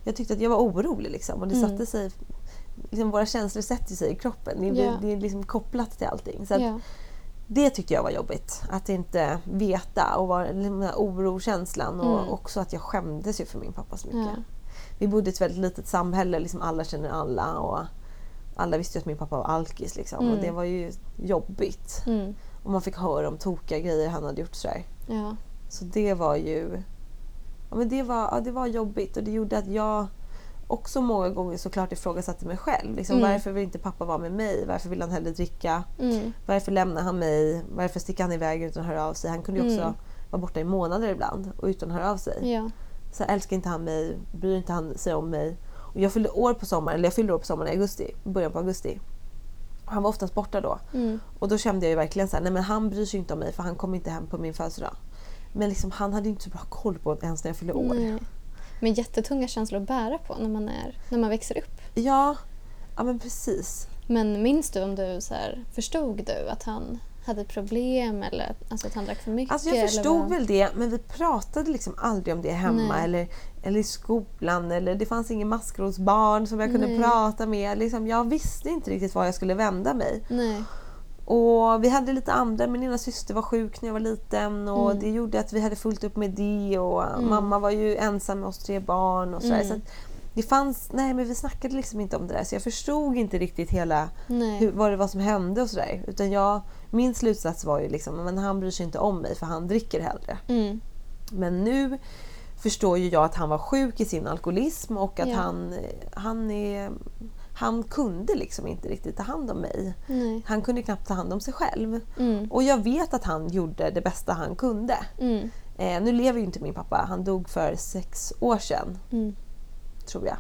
jag tyckte att jag var orolig liksom, och det Mm. satte sig, liksom, våra känslor sätter sig i kroppen. Det, Ja. det är liksom kopplat till allting. Så att, Ja. det tyckte jag var jobbigt. Att inte veta och vara den här orokänslan. Och Mm. också att jag skämdes ju för min pappa så mycket. Ja. Vi bodde i ett väldigt litet samhälle. Liksom alla känner alla. Och alla visste ju att min pappa var alkis. Liksom. Mm. Och det var ju jobbigt. Mm. Och man fick höra om tokiga grejer han hade gjort. Sådär. Ja. Så det var ju... Ja, men det, var, ja, det var jobbigt. Och det gjorde att jag också många gånger såklart ifrågasatte mig själv. Liksom, Mm. Varför vill inte pappa vara med mig? Varför vill han hellre dricka? Mm. Varför lämnar han mig? Varför sticker han iväg utan att höra av sig? Han kunde ju också Mm. vara borta i månader ibland och utan att höra av sig. Ja. Så älskar inte han mig? Bryr inte han sig om mig? Och jag fyllde år på sommaren, eller jag fyllde år på sommaren i augusti, början på augusti. Och han var oftast borta då. Mm. Och då kände jag ju verkligen så här, nej men han bryr sig inte om mig för han kommer inte hem på min födelsedag. Men liksom, han hade inte så bra koll på ens när jag fyllde år. Nej. Men jättetunga känslor att bära på när man, är, när man växer upp. Ja, ja men precis. Men minns du om du så här, förstod du att han hade problem eller alltså att han drack för mycket? Alltså jag eller förstod vad? väl det, men vi pratade liksom aldrig om det hemma eller, eller i skolan. Eller det fanns ingen maskrosbarn som jag kunde Nej. prata med. Liksom, jag visste inte riktigt var jag skulle vända mig. Nej. Och vi hade lite andra, min ena syster var sjuk när jag var liten och Mm. det gjorde att vi hade fullt upp med det och Mm. mamma var ju ensam med oss tre barn och sådär. Mm. Så att det fanns, nej men vi snackade liksom inte om det där så jag förstod inte riktigt hela Nej. hur, vad det var som hände och sådär. Utan jag, min slutsats var ju liksom, men han bryr sig inte om mig för han dricker hellre. Mm. Men nu förstår ju jag att han var sjuk i sin alkoholism och att Ja. han, han, är, han kunde liksom inte riktigt ta hand om mig. Nej. Han kunde knappt ta hand om sig själv. Mm. Och jag vet att han gjorde det bästa han kunde. Mm. Eh, nu lever ju inte min pappa. Han dog för sex år sedan, Mm. tror jag.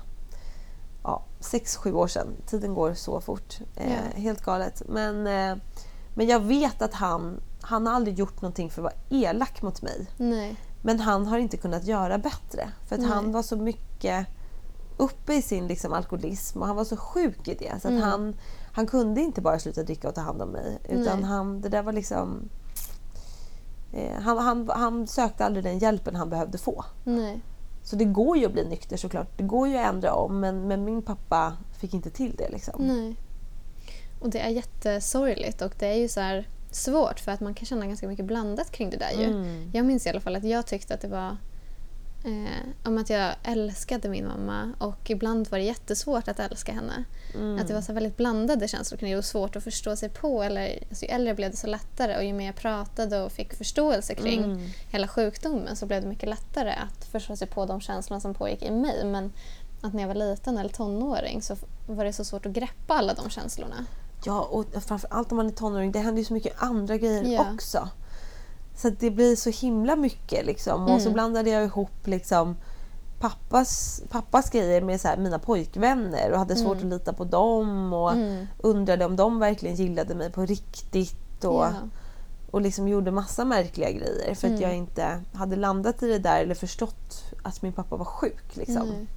Ja, sex, sju år sedan. Tiden går så fort. Eh, Ja. Helt galet. Men, eh, men jag vet att han, han har aldrig gjort någonting för att vara elak mot mig. Nej. Men han har inte kunnat göra bättre. För att Nej. han var så mycket uppe i sin liksom, alkoholism och han var så sjuk i det. Så att Mm. han, han kunde inte bara sluta dricka och ta hand om mig. Utan Nej. han, det där var liksom... Eh, han, han, han sökte aldrig den hjälpen han behövde få. Nej. Så det går ju att bli nykter såklart. Det går ju att ändra om. Men, men min pappa fick inte till det. Liksom. Nej. Och det är jättesorgligt och det är ju så här svårt för att man kan känna ganska mycket blandat kring det där ju. Mm. Jag minns i alla fall att jag tyckte att det var eh, om att jag älskade min mamma och ibland var det jättesvårt att älska henne. Mm. Att det var så väldigt blandade känslor kring det och svårt att förstå sig på. Eller, alltså, ju äldre blev det så lättare och ju mer jag pratade och fick förståelse kring Mm. hela sjukdomen så blev det mycket lättare att förstå sig på de känslorna som pågick i mig. Men att när jag var liten eller tonåring så var det så svårt att greppa alla de känslorna. Ja, och framförallt om man är tonåring. Det händer ju så mycket andra grejer Ja. också. Så att det blir så himla mycket. Liksom. Och Mm. så blandade jag ihop liksom, pappas, pappas grejer med så här, mina pojkvänner. Och hade svårt Mm. att lita på dem. Och Mm. undrade om de verkligen gillade mig på riktigt. Och, Ja. och liksom gjorde massa märkliga grejer. För att Mm. jag inte hade landat i det där. Eller förstått att min pappa var sjuk. Liksom. Nej.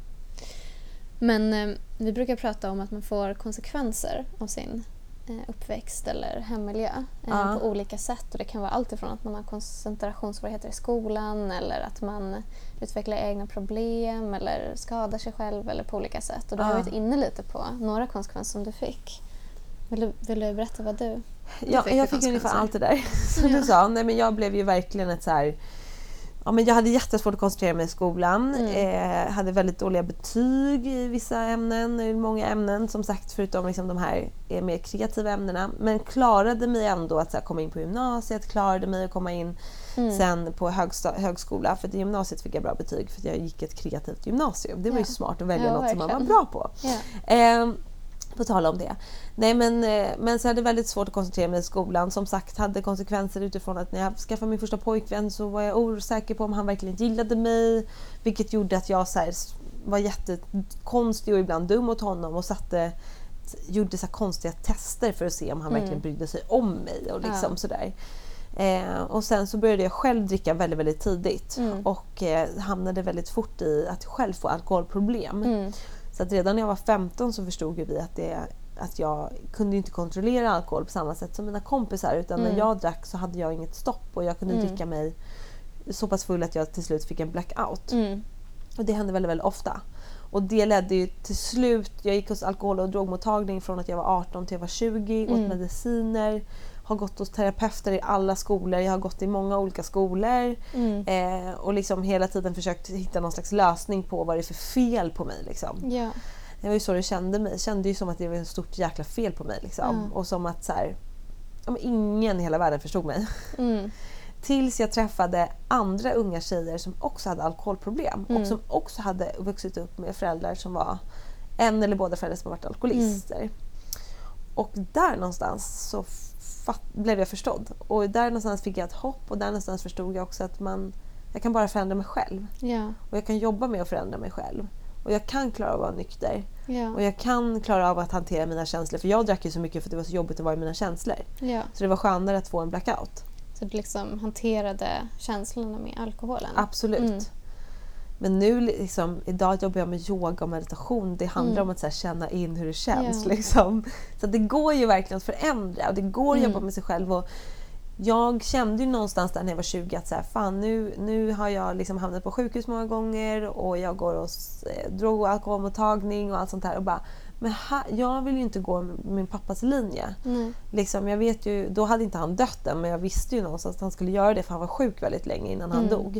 Men eh, vi brukar prata om att man får konsekvenser av sin eh, uppväxt eller hemmiljö eh, Ja. på olika sätt. Och det kan vara allt ifrån att man har koncentrationssvårigheter i skolan eller att man utvecklar egna problem eller skadar sig själv eller på olika sätt. Och du har Ja. varit inne lite på några konsekvenser som du fick. Vill du, vill du berätta vad du, du Ja, fick för jag fick ungefär konsekvenser? allt det där som Ja. du sa. Nej, men jag blev ju verkligen ett så här... Ja, men jag hade jättesvårt att koncentrera mig i skolan. Mm. Eh, hade väldigt dåliga betyg i vissa ämnen, i många ämnen som sagt, förutom liksom de här eh, mer kreativa ämnena. Men klarade mig ändå att så här, komma in på gymnasiet, klarade mig att komma in Mm. sen på högsta- högskola. För i gymnasiet fick jag bra betyg för att jag gick ett kreativt gymnasium. Det var ju Ja. smart att välja Ja, något som man var verkligen. bra på. Ja. Eh, på tala om det. Nej, men, eh, men så hade jag väldigt svårt att koncentrera mig i skolan. Som sagt hade konsekvenser utifrån att när jag skaffade min första pojkvän så var jag osäker på om han verkligen gillade mig. Vilket gjorde att jag så här, var jättekonstig och ibland dum mot honom och satte, gjorde så här konstiga tester för att se om han Mm. verkligen brydde sig om mig. Och liksom Ja. sådär. Eh, och sen så började jag själv dricka väldigt, väldigt tidigt. Mm. Och eh, hamnade väldigt fort i att själv få alkoholproblem. Mm. Så att redan när jag var femton så förstod ju vi att, det, att jag kunde inte kontrollera alkohol på samma sätt som mina kompisar. Utan Mm. när jag drack så hade jag inget stopp och jag kunde Mm. dricka mig så pass full att jag till slut fick en blackout. Mm. Och det hände väldigt, väldigt ofta. Och det ledde ju till slut, jag gick hos alkohol- och drogmottagning från att jag var arton till jag var tjugo, mm. åt mediciner, har gått hos terapeuter i alla skolor, jag har gått i många olika skolor mm. eh, och liksom hela tiden försökt hitta någon slags lösning på vad det är för fel på mig liksom. Ja. Det var ju så det kände mig, kände ju som att det var ett stort jäkla fel på mig liksom. Mm. Och som att så här, ja, ingen i hela världen förstod mig. Mm. Tills jag träffade andra unga tjejer som också hade alkoholproblem mm. och som också hade vuxit upp med föräldrar som var en eller båda föräldrar som har varit alkoholister. Mm. Och där någonstans så fatt, blev jag förstådd. Och där någonstans fick jag ett hopp och där någonstans förstod jag också att man, jag kan bara förändra mig själv. Ja. Och jag kan jobba med att förändra mig själv. Och jag kan klara av att vara nykter. Ja. Och jag kan klara av att hantera mina känslor. För jag drack ju så mycket för att det var så jobbigt att vara i mina känslor. Ja. Så det var skönare att få en blackout. Så du liksom hanterade känslorna med alkoholen? Absolut. Mm. Men nu liksom, idag jobbar jag med yoga och meditation. Det handlar mm. om att så här, känna in hur det känns. Ja. Liksom. Så det går ju verkligen att förändra. Och det går att mm. jobba med sig själv. Och jag kände ju någonstans där när jag var tjugo att så här, fan, nu, nu har jag liksom hamnat på sjukhus många gånger. Och jag går hos eh, drog- och alkoholmottagning och allt sånt här. Och bara, men ha, jag vill ju inte gå med min pappas linje. Mm. Liksom, jag vet ju, då hade inte han dött än, men jag visste ju någonstans att han skulle göra det för han var sjuk väldigt länge innan han mm. dog.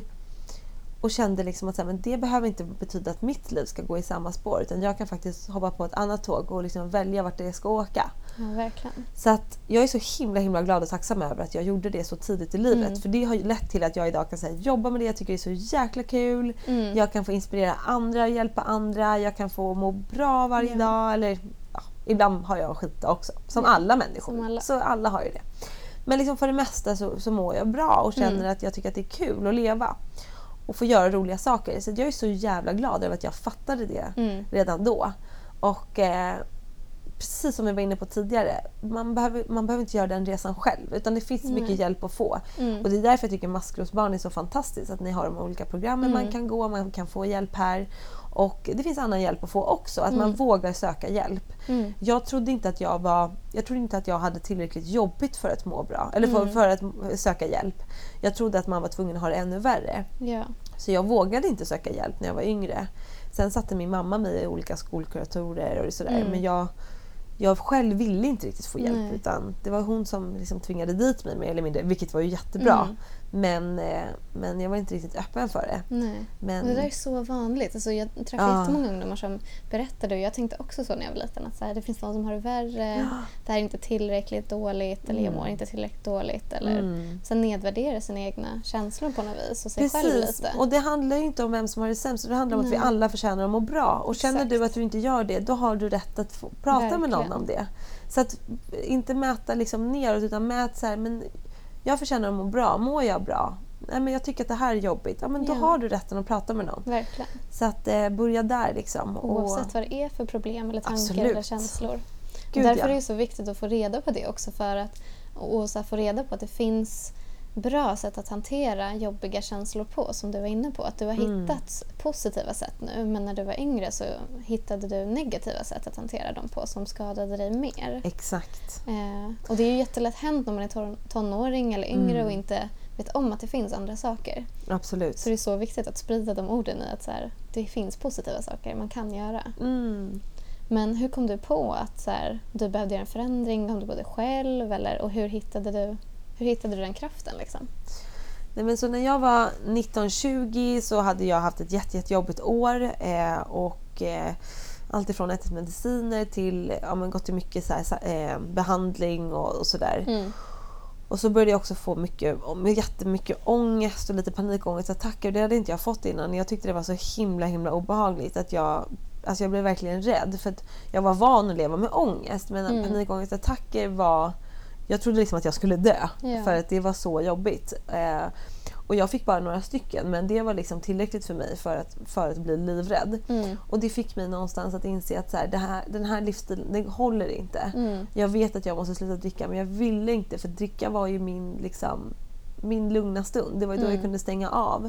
Och kände liksom att så här, men det behöver inte betyda att mitt liv ska gå i samma spår, utan jag kan faktiskt hoppa på ett annat tåg och liksom välja vart det ska åka. Ja, verkligen. Så att jag är så himla himla glad och tacksam över att jag gjorde det så tidigt i livet. Mm. För det har ju lett till att jag idag kan säga, jobba med det, jag tycker det är så jäkla kul. Mm. Jag kan få inspirera andra, hjälpa andra, jag kan få må bra varje ja. dag. Eller ja, ibland har jag skit också, som ja. alla människor. Som alla. Så alla har ju det. Men liksom för det mesta så, så mår jag bra och känner mm. att jag tycker att det är kul att leva. Och få göra roliga saker. Så jag är så jävla glad över att jag fattade det mm. redan då. Och eh, precis som jag var inne på tidigare, man behöver, man behöver inte göra den resan själv. Utan det finns mm. mycket hjälp att få. Mm. Och det är därför jag tycker Maskrosbarn är så fantastiskt. Att ni har de olika programmen mm. man kan gå, man kan få hjälp här. Och det finns annan hjälp att få också. Att mm. man vågar söka hjälp. Mm. Jag trodde inte att jag var Jag trodde inte att jag hade tillräckligt jobbigt för att må bra. Eller för, mm. för att söka hjälp. Jag trodde att man var tvungen att ha det ännu värre. Ja. Så jag vågade inte söka hjälp när jag var yngre. Sen satte min mamma mig i olika skolkuratorer och sådär. Mm. Men jag, jag själv ville inte riktigt få hjälp. Nej. Utan det var hon som liksom tvingade dit mig mer eller mindre. Vilket var ju jättebra. Mm. Men, men jag var inte riktigt öppen för det. Nej. Men det där är så vanligt. Alltså jag träffar ja. jättemånga ungdomar som berättade. Och jag tänkte också så när jag var liten. Att så här, det finns någon som har det värre. Ja. Det här är inte tillräckligt dåligt. Eller mm. jag mår inte tillräckligt dåligt. Eller mm. sen nedvärdera sina egna känslor på något vis. Och sig Precis. själv lite. Och det handlar ju inte om vem som har det sämst. Det handlar om Nej. att vi alla förtjänar att må bra. Och känner Exakt. du att du inte gör det. Då har du rätt att få prata Verkligen. med någon om det. Så att inte mäta liksom neråt. Utan mät så här, men jag förtjänar att må bra. Mår jag bra? Nej, men jag tycker att det här är jobbigt. Ja, men då ja. har du rätten att prata med någon. Verkligen. Så att eh, börja där liksom. Oavsett och... vad det är för problem eller tankar Absolut. eller känslor. Gud, därför ja. är det så viktigt att få reda på det också. För att, och så här, få reda på att det finns bra sätt att hantera jobbiga känslor på, som du var inne på. Att du har mm. hittat positiva sätt nu, men när du var yngre så hittade du negativa sätt att hantera dem på som skadade dig mer. Exakt. Eh, och det är ju jättelätt hänt när man är tonåring eller yngre mm. och inte vet om att det finns andra saker. Absolut. Så det är så viktigt att sprida de orden i att så här, det finns positiva saker man kan göra. Mm. Men hur kom du på att så här, du behövde göra en förändring? Kom du på dig själv? Eller, och hur hittade du Hur hittade du den kraften liksom? Nej, men så när jag var nitton tjugo så hade jag haft ett jätte, jättejobbigt år eh, och eh, allt ifrån ätit mediciner till ja, men gått till mycket så här, eh, behandling och, och sådär. Mm. Och så började jag också få mycket, jättemycket ångest och lite panikångestattacker. Det hade inte jag fått innan. Jag tyckte det var så himla himla obehagligt att jag Alltså jag blev verkligen rädd för att jag var van att leva med ångest. Men mm. panikångestattacker var Jag trodde liksom att jag skulle dö ja. för att det var så jobbigt. Eh, och jag fick bara några stycken, men det var liksom tillräckligt för mig för att, för att bli livrädd. Mm. Och det fick mig någonstans att inse att så här, det här, den här livsstilen, det håller inte. Mm. Jag vet att jag måste sluta dricka, men jag ville inte, för dricka var ju min, liksom, min lugna stund. Det var ju då mm. jag kunde stänga av.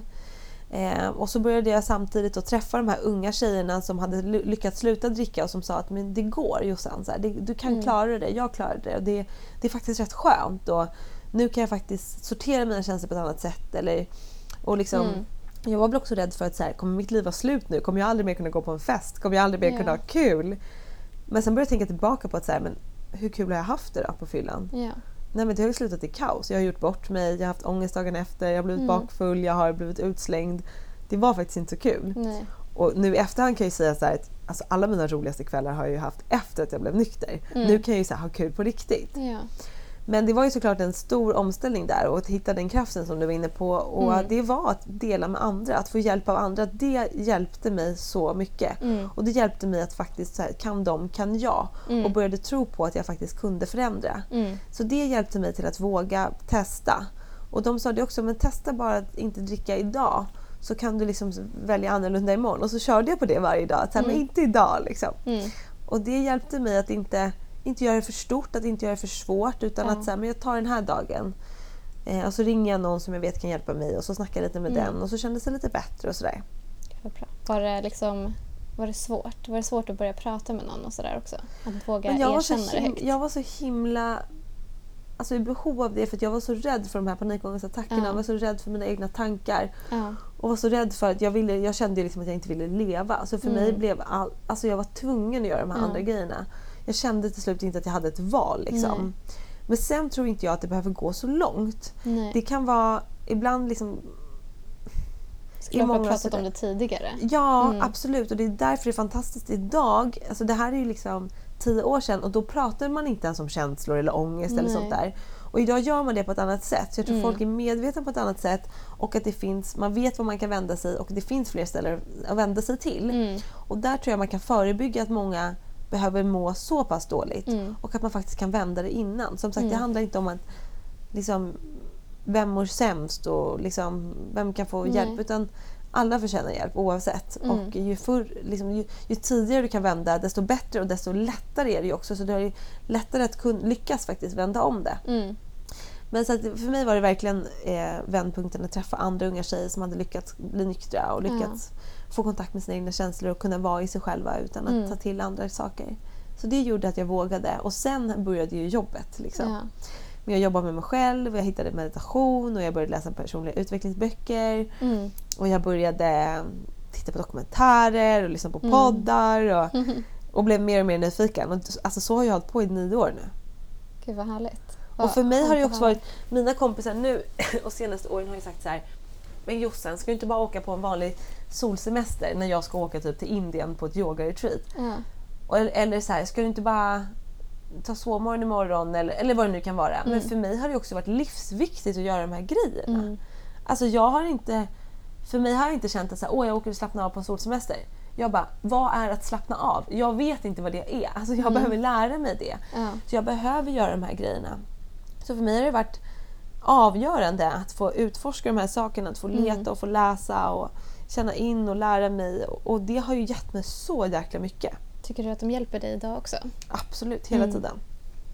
Eh, och så började jag samtidigt att träffa de här unga tjejerna som hade lyckats sluta dricka och som sa att men det går Jossan, så här, det, du kan mm. klara det, jag klarar det och det, det är faktiskt rätt skönt och nu kan jag faktiskt sortera mina känslor på ett annat sätt eller, och liksom mm. Jag var väl också rädd för att så här, kommer mitt liv vara slut nu? Kommer jag aldrig mer kunna gå på en fest? Kommer jag aldrig mer Ja. kunna ha kul? Men sen började jag tänka tillbaka på att så här, men hur kul har jag haft det då på fyllan? Ja. Nej, men det har ju slutat i kaos. Jag har gjort bort mig, jag har haft ångest dagen efter, jag har blivit Mm. bakfull, jag har blivit utslängd. Det var faktiskt inte så kul. Nej. Och nu i efterhand kan jag ju säga så här att alltså, alla mina roligaste kvällar har jag ju haft efter att jag blev nykter. Mm. Nu kan jag ju så här, ha kul på riktigt. Ja. Men det var ju såklart en stor omställning där och att hitta den kraften som du var inne på. Och Mm. det var att dela med andra, att få hjälp av andra. Det hjälpte mig så mycket. Mm. Och det hjälpte mig att faktiskt så här, kan de, kan jag. Mm. Och började tro på att jag faktiskt kunde förändra. Mm. Så det hjälpte mig till att våga testa. Och de sa det också, men testa bara att inte dricka idag. Så kan du liksom välja annorlunda imorgon. Och så körde jag på det varje dag. Så här, Mm. men inte idag liksom. Mm. Och det hjälpte mig att inte, inte göra det för stort, att inte göra det för svårt. Utan Ja. att så här, men jag tar den här dagen. Eh, och så ringer jag någon som jag vet kan hjälpa mig. Och så snackar jag lite med Mm. den. Och så kändes det lite bättre och sådär. Vad bra. Var det liksom... Var det svårt? Var det svårt att börja prata med någon och sådär också? Att våga Men jag, var så erkänna det him- högt? jag var så himla alltså, i behov av det. För att jag var så rädd för de här panikångestattackerna. Ja. Jag var så rädd för mina egna tankar. Ja. Och var så rädd för att jag ville, jag kände ju liksom att jag inte ville leva. Så för Mm. mig blev all, alltså jag var tvungen att göra de här Ja. andra grejerna. Jag kände till slut inte att jag hade ett val liksom. Men sen tror inte jag att det behöver gå så långt. Nej. Det kan vara ibland liksom... Skulle ha många pratat sådär- om det tidigare. Ja, Mm. absolut. Och det är därför det är fantastiskt idag. Alltså det här är ju liksom tio år sedan och då pratar man inte ens om känslor eller ångest eller Nej. sånt där. Och idag gör man det på ett annat sätt. Så jag tror Mm. folk är medvetna på ett annat sätt och att det finns, man vet var man kan vända sig och det finns fler ställen att vända sig till. Mm. Och där tror jag man kan förebygga att många behöver må så pass dåligt Mm. och att man faktiskt kan vända det innan. Som sagt, Mm. det handlar inte om att liksom, vem mår sämst och liksom, vem kan få Nej. hjälp, utan alla förtjänar hjälp oavsett. Mm. Och ju, förr, liksom, ju, ju tidigare du kan vända, desto bättre och desto lättare är det ju också. Så det är ju lättare att kun, lyckas faktiskt vända om det. Mm. Men så att för mig var det verkligen eh, vändpunkten att träffa andra unga tjejer som hade lyckats bli nyktra och lyckats få kontakt med sina egna känslor och kunna vara i sig själva utan att Mm. ta till andra saker. Så det gjorde att jag vågade. Och sen började ju jobbet. Liksom. Ja. Men jag jobbade med mig själv och jag hittade meditation och jag började läsa personliga utvecklingsböcker. Mm. Och jag började titta på dokumentärer och lyssna på Mm. poddar och, och blev mer och mer nyfiken. Och, alltså, så har jag hållit på i nio år nu. Gud vad härligt. Och för mig har det ju Vad också varit, mina kompisar nu och senaste åren har ju sagt så här: men Jossan, ska du inte bara åka på en vanlig solsemester när jag ska åka typ till Indien på ett yoga-retreat? Ja. Och, eller så här, ska du inte bara ta sovmorgon imorgon eller, eller vad det nu kan vara. Mm. Men för mig har det också varit livsviktigt att göra de här grejerna. Mm. Alltså jag har inte, för mig har jag inte känt att så här, åh jag åker och slappna av på en solsemester. Jag bara, vad är att slappna av? Jag vet inte vad det är. Alltså jag Mm. behöver lära mig det. Ja. Så jag behöver göra de här grejerna. Så för mig har det varit avgörande att få utforska de här sakerna, att få Mm. leta och få läsa och känna in och lära mig. Och det har ju gett mig så jäkla mycket. Tycker du att de hjälper dig idag också? Absolut, hela Mm. tiden.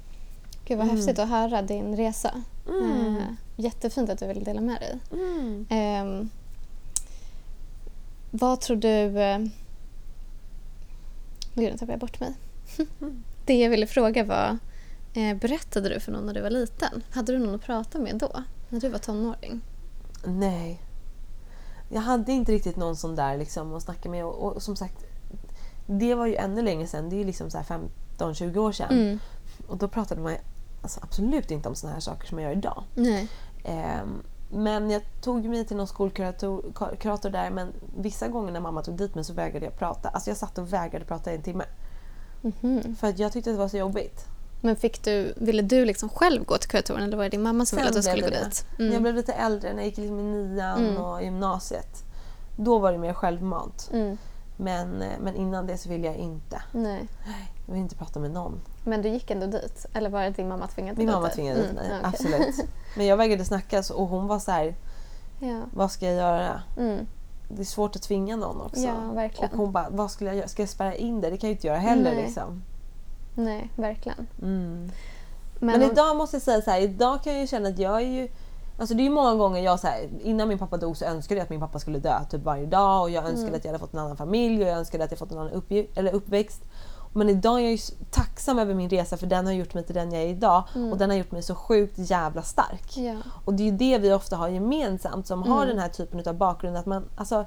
Gud vad häftigt att höra din resa. Mm. Eh, jättefint att du vill dela med dig. Mm. Eh, vad tror du... Eh, Gud, nu tappade jag bort mig. Det jag ville fråga var, eh, berättade du för någon när du var liten? Hade du någon att prata med då, när du var tonåring? Nej. Jag hade inte riktigt någon sån där liksom att snacka med. Och, och som sagt, det var ju ännu längre sedan. Det är ju liksom så här femton tjugo år sedan. Mm. Och då pratade man alltså absolut inte om såna här saker som jag gör idag. Nej. Ehm, men jag tog mig till någon skolkurator kurator där, men vissa gånger när mamma tog dit mig så vägrade jag prata. Alltså jag satt och vägrade prata i en timme. Mhm. För att jag tyckte att det var så jobbigt. Men fick du, ville du liksom själv gå till kuratorn eller var det din mamma som Sen ville att du blev skulle gå det det. dit? När jag Mm. blev lite äldre, när jag gick liksom i nian Mm. och gymnasiet. Då var det mer självmant. Mm. Men, men innan det så ville jag inte. Nej. Jag vill inte prata med någon. Men du gick ändå dit? Eller var det din mamma tvingade Min dig mamma dit? tvingade dit Mm, mig, okej. absolut. Men jag vägrade snacka så- och hon var så här: Ja. vad ska jag göra? Mm. Det är svårt att tvinga någon också. Ja, verkligen. Och hon bara, vad skulle jag göra? Ska jag spärra in det? Det kan jag inte göra heller. Nej. Liksom. Nej, verkligen. Mm. Men, Men om- idag måste jag säga så här, idag kan jag ju känna att jag är ju... Alltså det är ju många gånger jag så här, innan min pappa dog så önskade jag att min pappa skulle dö typ varje dag. Och jag önskade Mm. att jag hade fått en annan familj och jag önskade att jag fått en annan uppgift, eller uppväxt. Men idag är jag ju tacksam över min resa, för den har gjort mig till den jag är idag. Mm. Och den har gjort mig så sjukt jävla stark. Ja. Och det är ju det vi ofta har gemensamt som Mm. har den här typen av bakgrund. Att man, alltså,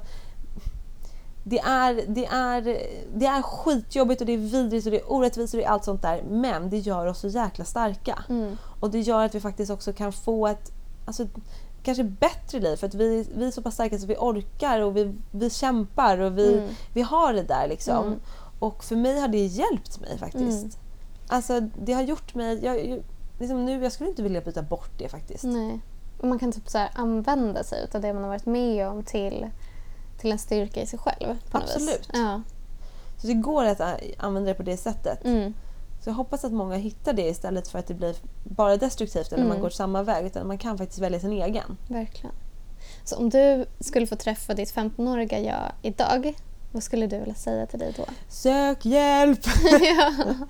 det, är, det, är, det är skitjobbigt och det är vidrigt och det är orättvist och det är allt sånt där. Men det gör oss så jäkla starka. Mm. Och det gör att vi faktiskt också kan få ett... Alltså, kanske bättre liv, för att vi, vi är så pass starka så vi orkar och vi, vi kämpar och vi, Mm. vi har det där liksom. Mm. Och för mig har det hjälpt mig faktiskt. Mm. Alltså det har gjort mig, jag, jag, liksom nu, jag skulle inte vilja byta bort det faktiskt. Nej. Och man kan typ så här använda sig av det man har varit med om till, till en styrka i sig själv på något Absolut. vis. Ja. Så det går att ä- använda det på det sättet. Mm. Så jag hoppas att många hittar det istället för att det blir bara destruktivt eller Mm. man går samma väg, utan man kan faktiskt välja sin egen. Verkligen. Så om du skulle få träffa ditt femtonåriga jag idag, vad skulle du vilja säga till dig då? Sök hjälp! ja.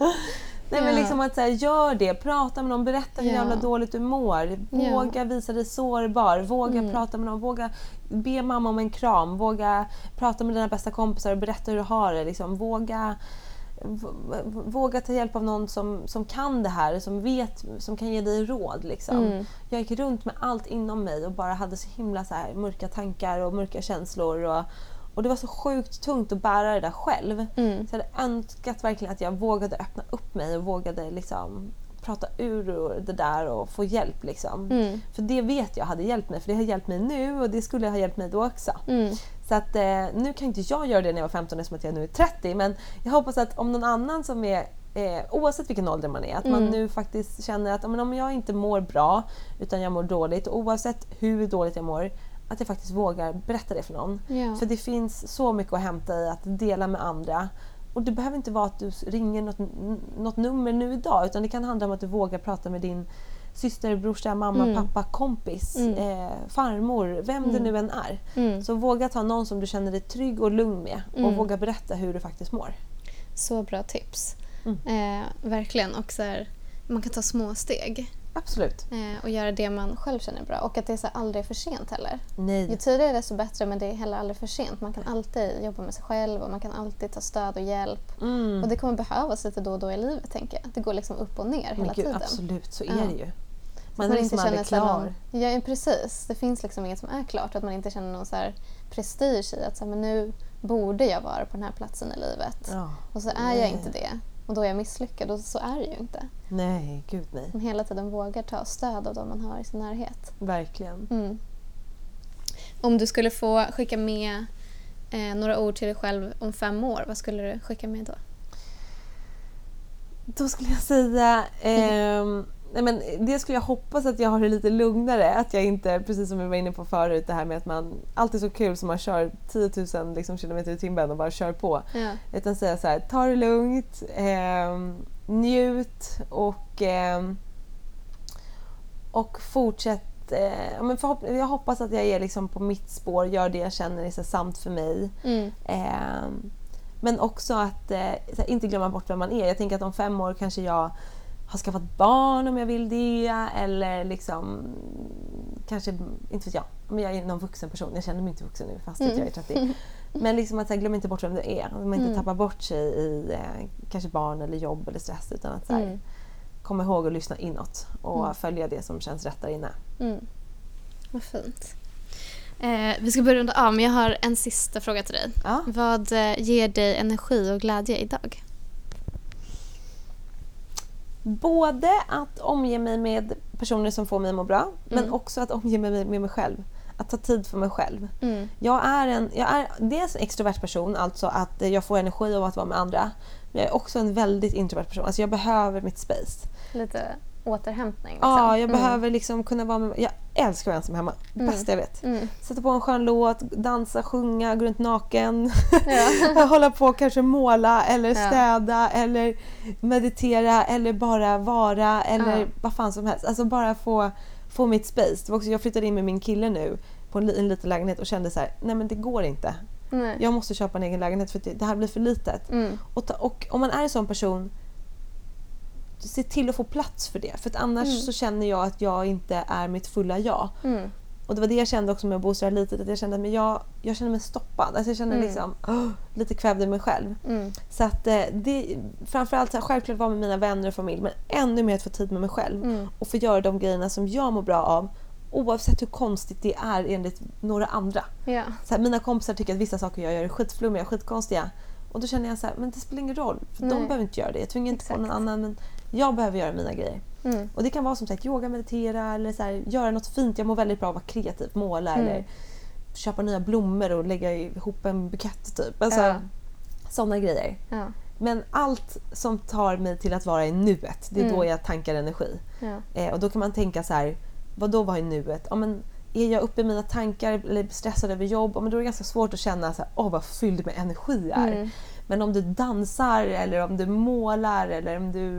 Nej, men Ja. liksom att så här, gör det, prata med någon, berätta hur Ja. jävla dåligt du mår. Våga visa dig sårbar, våga Mm. prata med någon, våga be mamma om en kram, våga prata med dina bästa kompisar och berätta hur du har det. Liksom. Våga, v- v- våga ta hjälp av någon som, som kan det här, som vet, som kan ge dig råd. Liksom. Mm. Jag gick runt med allt inom mig och bara hade så himla så här, mörka tankar och mörka känslor. Och, och det var så sjukt tungt att bära det där själv. Mm. Så jag hade önskat verkligen att jag vågade öppna upp mig och vågade liksom prata ur det där och få hjälp. Liksom. Mm. För det vet jag hade hjälpt mig, för det har hjälpt mig nu och det skulle ha hjälpt mig då också. Mm. Så att eh, nu kan inte jag göra det när jag var femton eftersom att jag nu är trettio, men jag hoppas att om någon annan som är eh, oavsett vilken ålder man är, att man Mm. nu faktiskt känner att men om jag inte mår bra utan jag mår dåligt, och oavsett hur dåligt jag mår, att jag faktiskt vågar berätta det för någon. Ja. För det finns så mycket att hämta i att dela med andra. Och det behöver inte vara att du ringer något, något nummer nu idag, utan det kan handla om att du vågar prata med din syster, brorsa, mamma, Mm. pappa, kompis, Mm. eh, farmor, vem det Mm. nu än är. Mm. Så våga ta någon som du känner dig trygg och lugn med och Mm. våga berätta hur du faktiskt mår. Så bra tips. Mm. Eh, verkligen. Och så här, man kan ta små steg Absolut. eh, och göra det man själv känner bra. Och att det är så här, aldrig är för sent heller. Ju Nej. tidigare desto bättre, men det är heller aldrig för sent. Man kan alltid jobba med sig själv och man kan alltid ta stöd och hjälp. Mm. Och det kommer behövas lite då och då i livet, tänker jag. Det går liksom upp och ner hela Men gud, tiden. absolut, så är Ja. det ju. Så Man att är liksom aldrig så här klar. någon, ja, precis. Det finns liksom inget som är klart. Att man inte känner någon så här prestige i att så här, men nu borde jag vara på den här platsen i livet. Ja. Och så är Nej. jag inte det. Och då är jag misslyckad, och så är det ju inte. Nej, gud nej. Man hela tiden vågar ta stöd av de man har i sin närhet. Verkligen. Mm. Om du skulle få skicka med eh, några ord till dig själv om fem år, vad skulle du skicka med då? Då skulle jag säga... ehm, nej men det skulle jag hoppas att jag har det lite lugnare. Att jag inte, precis som vi var inne på förut, det här med att man alltid så kul som man kör tio tusen liksom, kilometer i timmen och bara kör på. Ja. Utan säga så här, ta det lugnt, ehm, njut och, ehm, och fortsätt. Eh, ja, men förhopp- jag hoppas att jag är liksom på mitt spår, gör det jag känner är så sant för mig. Mm. Ehm, men också att eh, så här, inte glömma bort vem man är. Jag tänker att om fem år kanske jag har skaffat barn om jag vill det, eller liksom kanske, inte vet jag, men jag är någon vuxen person. Jag känner mig inte vuxen nu fast att Mm. jag är trettio. Men liksom att så här, glöm inte bort vem du är. Att man inte Mm. tappar bort sig i eh, kanske barn eller jobb eller stress, utan att så här, Mm. komma ihåg att lyssna inåt och Mm. följa det som känns rätt där inne. Mm. Vad fint. Eh, vi ska börja runda av, men jag har en sista fråga till dig. Ja. Vad eh, ger dig energi och glädje idag? Både att omge mig med personer som får mig att må bra, men Mm. också att omge mig med mig själv. Att ta tid för mig själv. Mm. Jag är, en, jag är dels en extrovert person, alltså att jag får energi av att vara med andra. Men jag är också en väldigt introvert person. Alltså jag behöver mitt space. Lite återhämtning. Liksom. Ja, jag Mm. behöver liksom kunna vara med... Jag älskar att vara ensam hemma. Mm. Bästa jag vet. Mm. Sätta på en skön låt, dansa, sjunga, gå runt naken. Ja. Hålla på kanske måla eller Ja. städa eller meditera eller bara vara eller Ja. vad fan som helst. Alltså bara få, få mitt space. Det var också, jag flyttade in med min kille nu på en, li- en liten lägenhet och kände så här: nej men det går inte. Nej. Jag måste köpa en egen lägenhet för det, det här blir för litet. Mm. Och, ta, och om man är en sån person, se till att få plats för det. För att annars Mm. så känner jag att jag inte är mitt fulla jag. Mm. Och det var det jag kände också med att bo så här litet, att jag kände att men jag, jag kände mig stoppad. Alltså jag kände mm. liksom oh, lite kvävd i mig själv. Mm. Så att eh, det, framförallt så här, självklart vara med mina vänner och familj, men ännu mer att få tid med mig själv. Mm. Och få göra de grejerna som jag mår bra av, oavsett hur konstigt det är enligt några andra. Ja. Så här, mina kompisar tycker att vissa saker jag gör är skitflummiga, skitkonstiga. Och då känner jag så här, men det spelar ingen roll. För Nej. de behöver inte göra det. Jag tvingar inte Exakt. på någon annan, men jag behöver göra mina grejer. Mm. Och det kan vara som sagt yoga, meditera eller så här, göra något fint. Jag mår väldigt bra av att vara kreativ, måla mm. eller köpa nya blommor och lägga ihop en bukett typ. Alltså, ja. Sådana grejer. Ja. Men allt som tar mig till att vara i nuet, det är mm. då jag tankar energi. Ja. Eh, och då kan man tänka så här, vad då vara i nuet? Ja, men är jag uppe i mina tankar eller stressad över jobb, ja, men då är det ganska svårt att känna så här, åh, vad fylld med energi är. Mm. Men om du dansar eller om du målar eller om du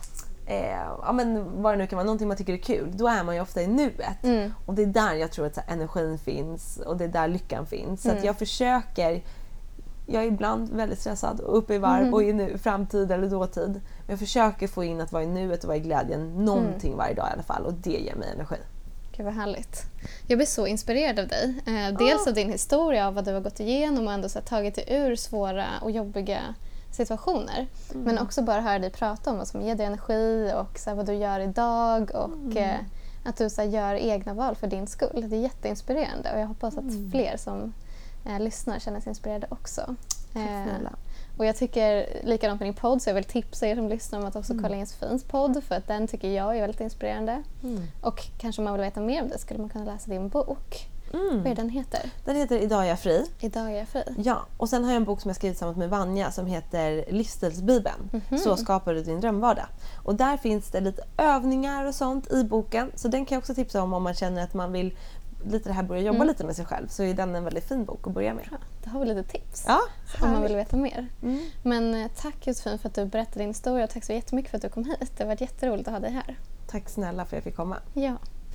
eh, ja, men vad det nu kan vara, någonting man tycker är kul, då är man ju ofta i nuet. Mm. Och det är där jag tror att så här, energin finns och det är där lyckan finns. Så mm. att jag försöker, jag är ibland väldigt stressad och uppe i varv mm. och i nu, framtid eller dåtid. Men jag försöker få in att vara i nuet och vara i glädjen någonting mm. varje dag i alla fall, och det ger mig energi. Gud vad härligt. Jag blir så inspirerad av dig. Eh, dels oh. av din historia, av vad du har gått igenom och ändå så här, tagit dig ur svåra och jobbiga situationer. Mm. Men också bara höra dig prata om vad som ger dig energi och så här, vad du gör idag och mm. eh, att du så här, gör egna val för din skull. Det är jätteinspirerande och jag hoppas att mm. fler som eh, lyssnar känner sig inspirerade också. Eh, och jag tycker likadant med din podd, så jag vill tipsa er som lyssnar om att också mm. kolla in Sofins podd, för att den tycker jag är väldigt inspirerande. Mm. Och kanske om man vill veta mer om det skulle man kunna läsa din bok. Mm. Vad är den heter? Den heter Idag är jag fri. Idag är jag fri. Ja, och sen har jag en bok som jag skrivit tillsammans med Vanja som heter Livsstilsbibeln. Mm-hmm. Så skapar du din drömvardag. Och där finns det lite övningar och sånt i boken. Så den kan jag också tipsa om om man känner att man vill lite det här börja jobba mm. lite med sig själv, så är den en väldigt fin bok att börja med. Ja, då har vi lite tips ja, om man vill veta mer. Mm. Men tack Josefin för att du berättade din historia och tack så jättemycket för att du kom hit. Det har varit jätteroligt att ha dig här. Tack snälla för att jag fick komma. Ja.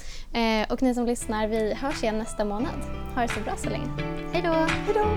Eh, och ni som lyssnar, vi hörs igen nästa månad. Ha det så bra så länge. Hej då! Hej då!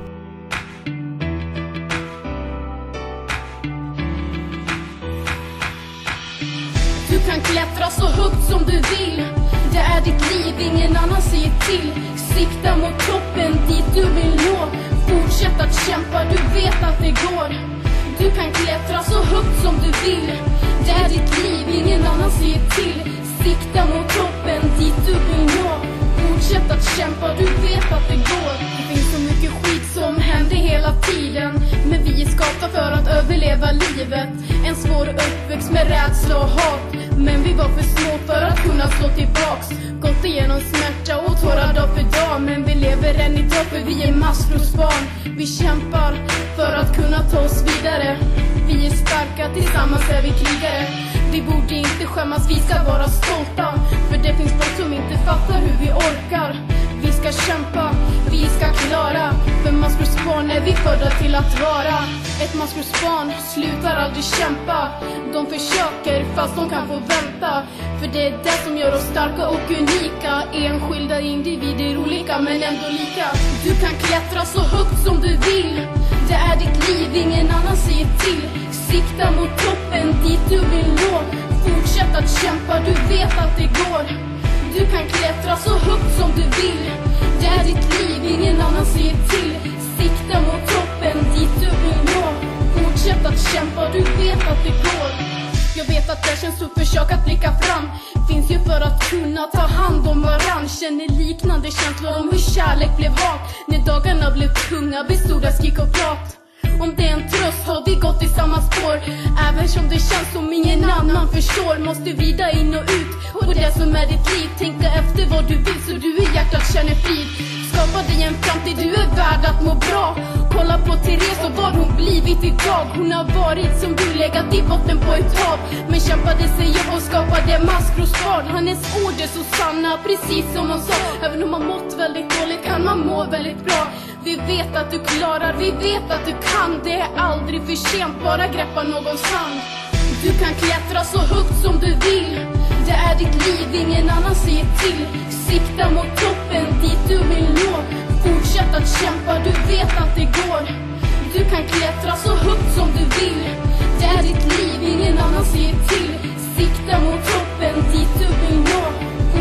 Du kan klättra så högt som du vill. Det är ditt liv, ingen annan säger till. Sikta mot toppen, dit du vill nå. Fortsätt att kämpa, du vet att det går. Du kan klättra så högt som du vill. Det är ditt liv, ingen annan säger till. Sikta mot toppen, dit du vill nå. Fortsätt att kämpa, du vet att det går. Det finns så mycket skit som händer hela tiden, men vi är skapta för att överleva livet. En svår uppväxt med rädsla och hat, men vi var för små för att kunna slå tillbaks. Gått igenom smärta och tårar dag för dag, men vi lever än idag för vi är maskrosbarn. Vi kämpar för att kunna ta oss vidare. Vi är starka, tillsammans är vi krigare. Vi borde inte skämmas, vi ska vara stolta. För det finns folk som inte fattar hur vi orkar. Vi ska kämpa, vi ska klara. För maskrosbarn är vi födda till att vara. Ett maskrosbarn slutar aldrig kämpa. De försöker fast de kan få vänta. För det är det som gör oss starka och unika. Enskilda individer olika men ändå lika. Du kan klättra så högt som du vill. Det är ditt liv, ingen annan säger till. Sikta mot toppen, dit du vill nå. Fortsätt att kämpa, du vet att det går. Du kan klättra så högt som du vill. Det är ditt liv, ingen annan säger till. Sikta mot toppen, dit du vill nå. Fortsätt att kämpa, du vet att det går. Jag vet att det känns att försöka blicka fram. Finns ju för att kunna ta hand om varann. Känner liknande känslor om hur kärlek blev hat. När dagarna blev tunga bestod av skrik och prat. Om det är en tröst har vi gått i samma spår. Även som det känns som ingen annan förstår. Måste vrida in och ut på det som är ditt liv. Tänka efter vad du vill så du i hjärtat känner frid. Skapa dig en framtid, du är värd att må bra. Kolla på Therese och vad hon blivit idag. Hon har varit som du, legat i botten på ett hav. Men kämpade sig upp och skapade maskrosbarn. Hennes ord är så sanna, precis som hon sa. Även om man mått väldigt dåligt kan man må väldigt bra. Vi vet att du klarar, vi vet att du kan. Det är aldrig för sent, bara greppa någons hand. Du kan klättra så högt som du vill. Det är ditt liv, ingen annan säger till. Sikta mot toppen, dit du vill nå. Fortsätt att kämpa, du vet att det går. Du kan klättra så högt som du vill. Det är ditt liv, ingen annan säger till. Sikta mot toppen, dit du vill nå. Fortsätt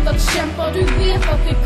att kämpa. Du vet att det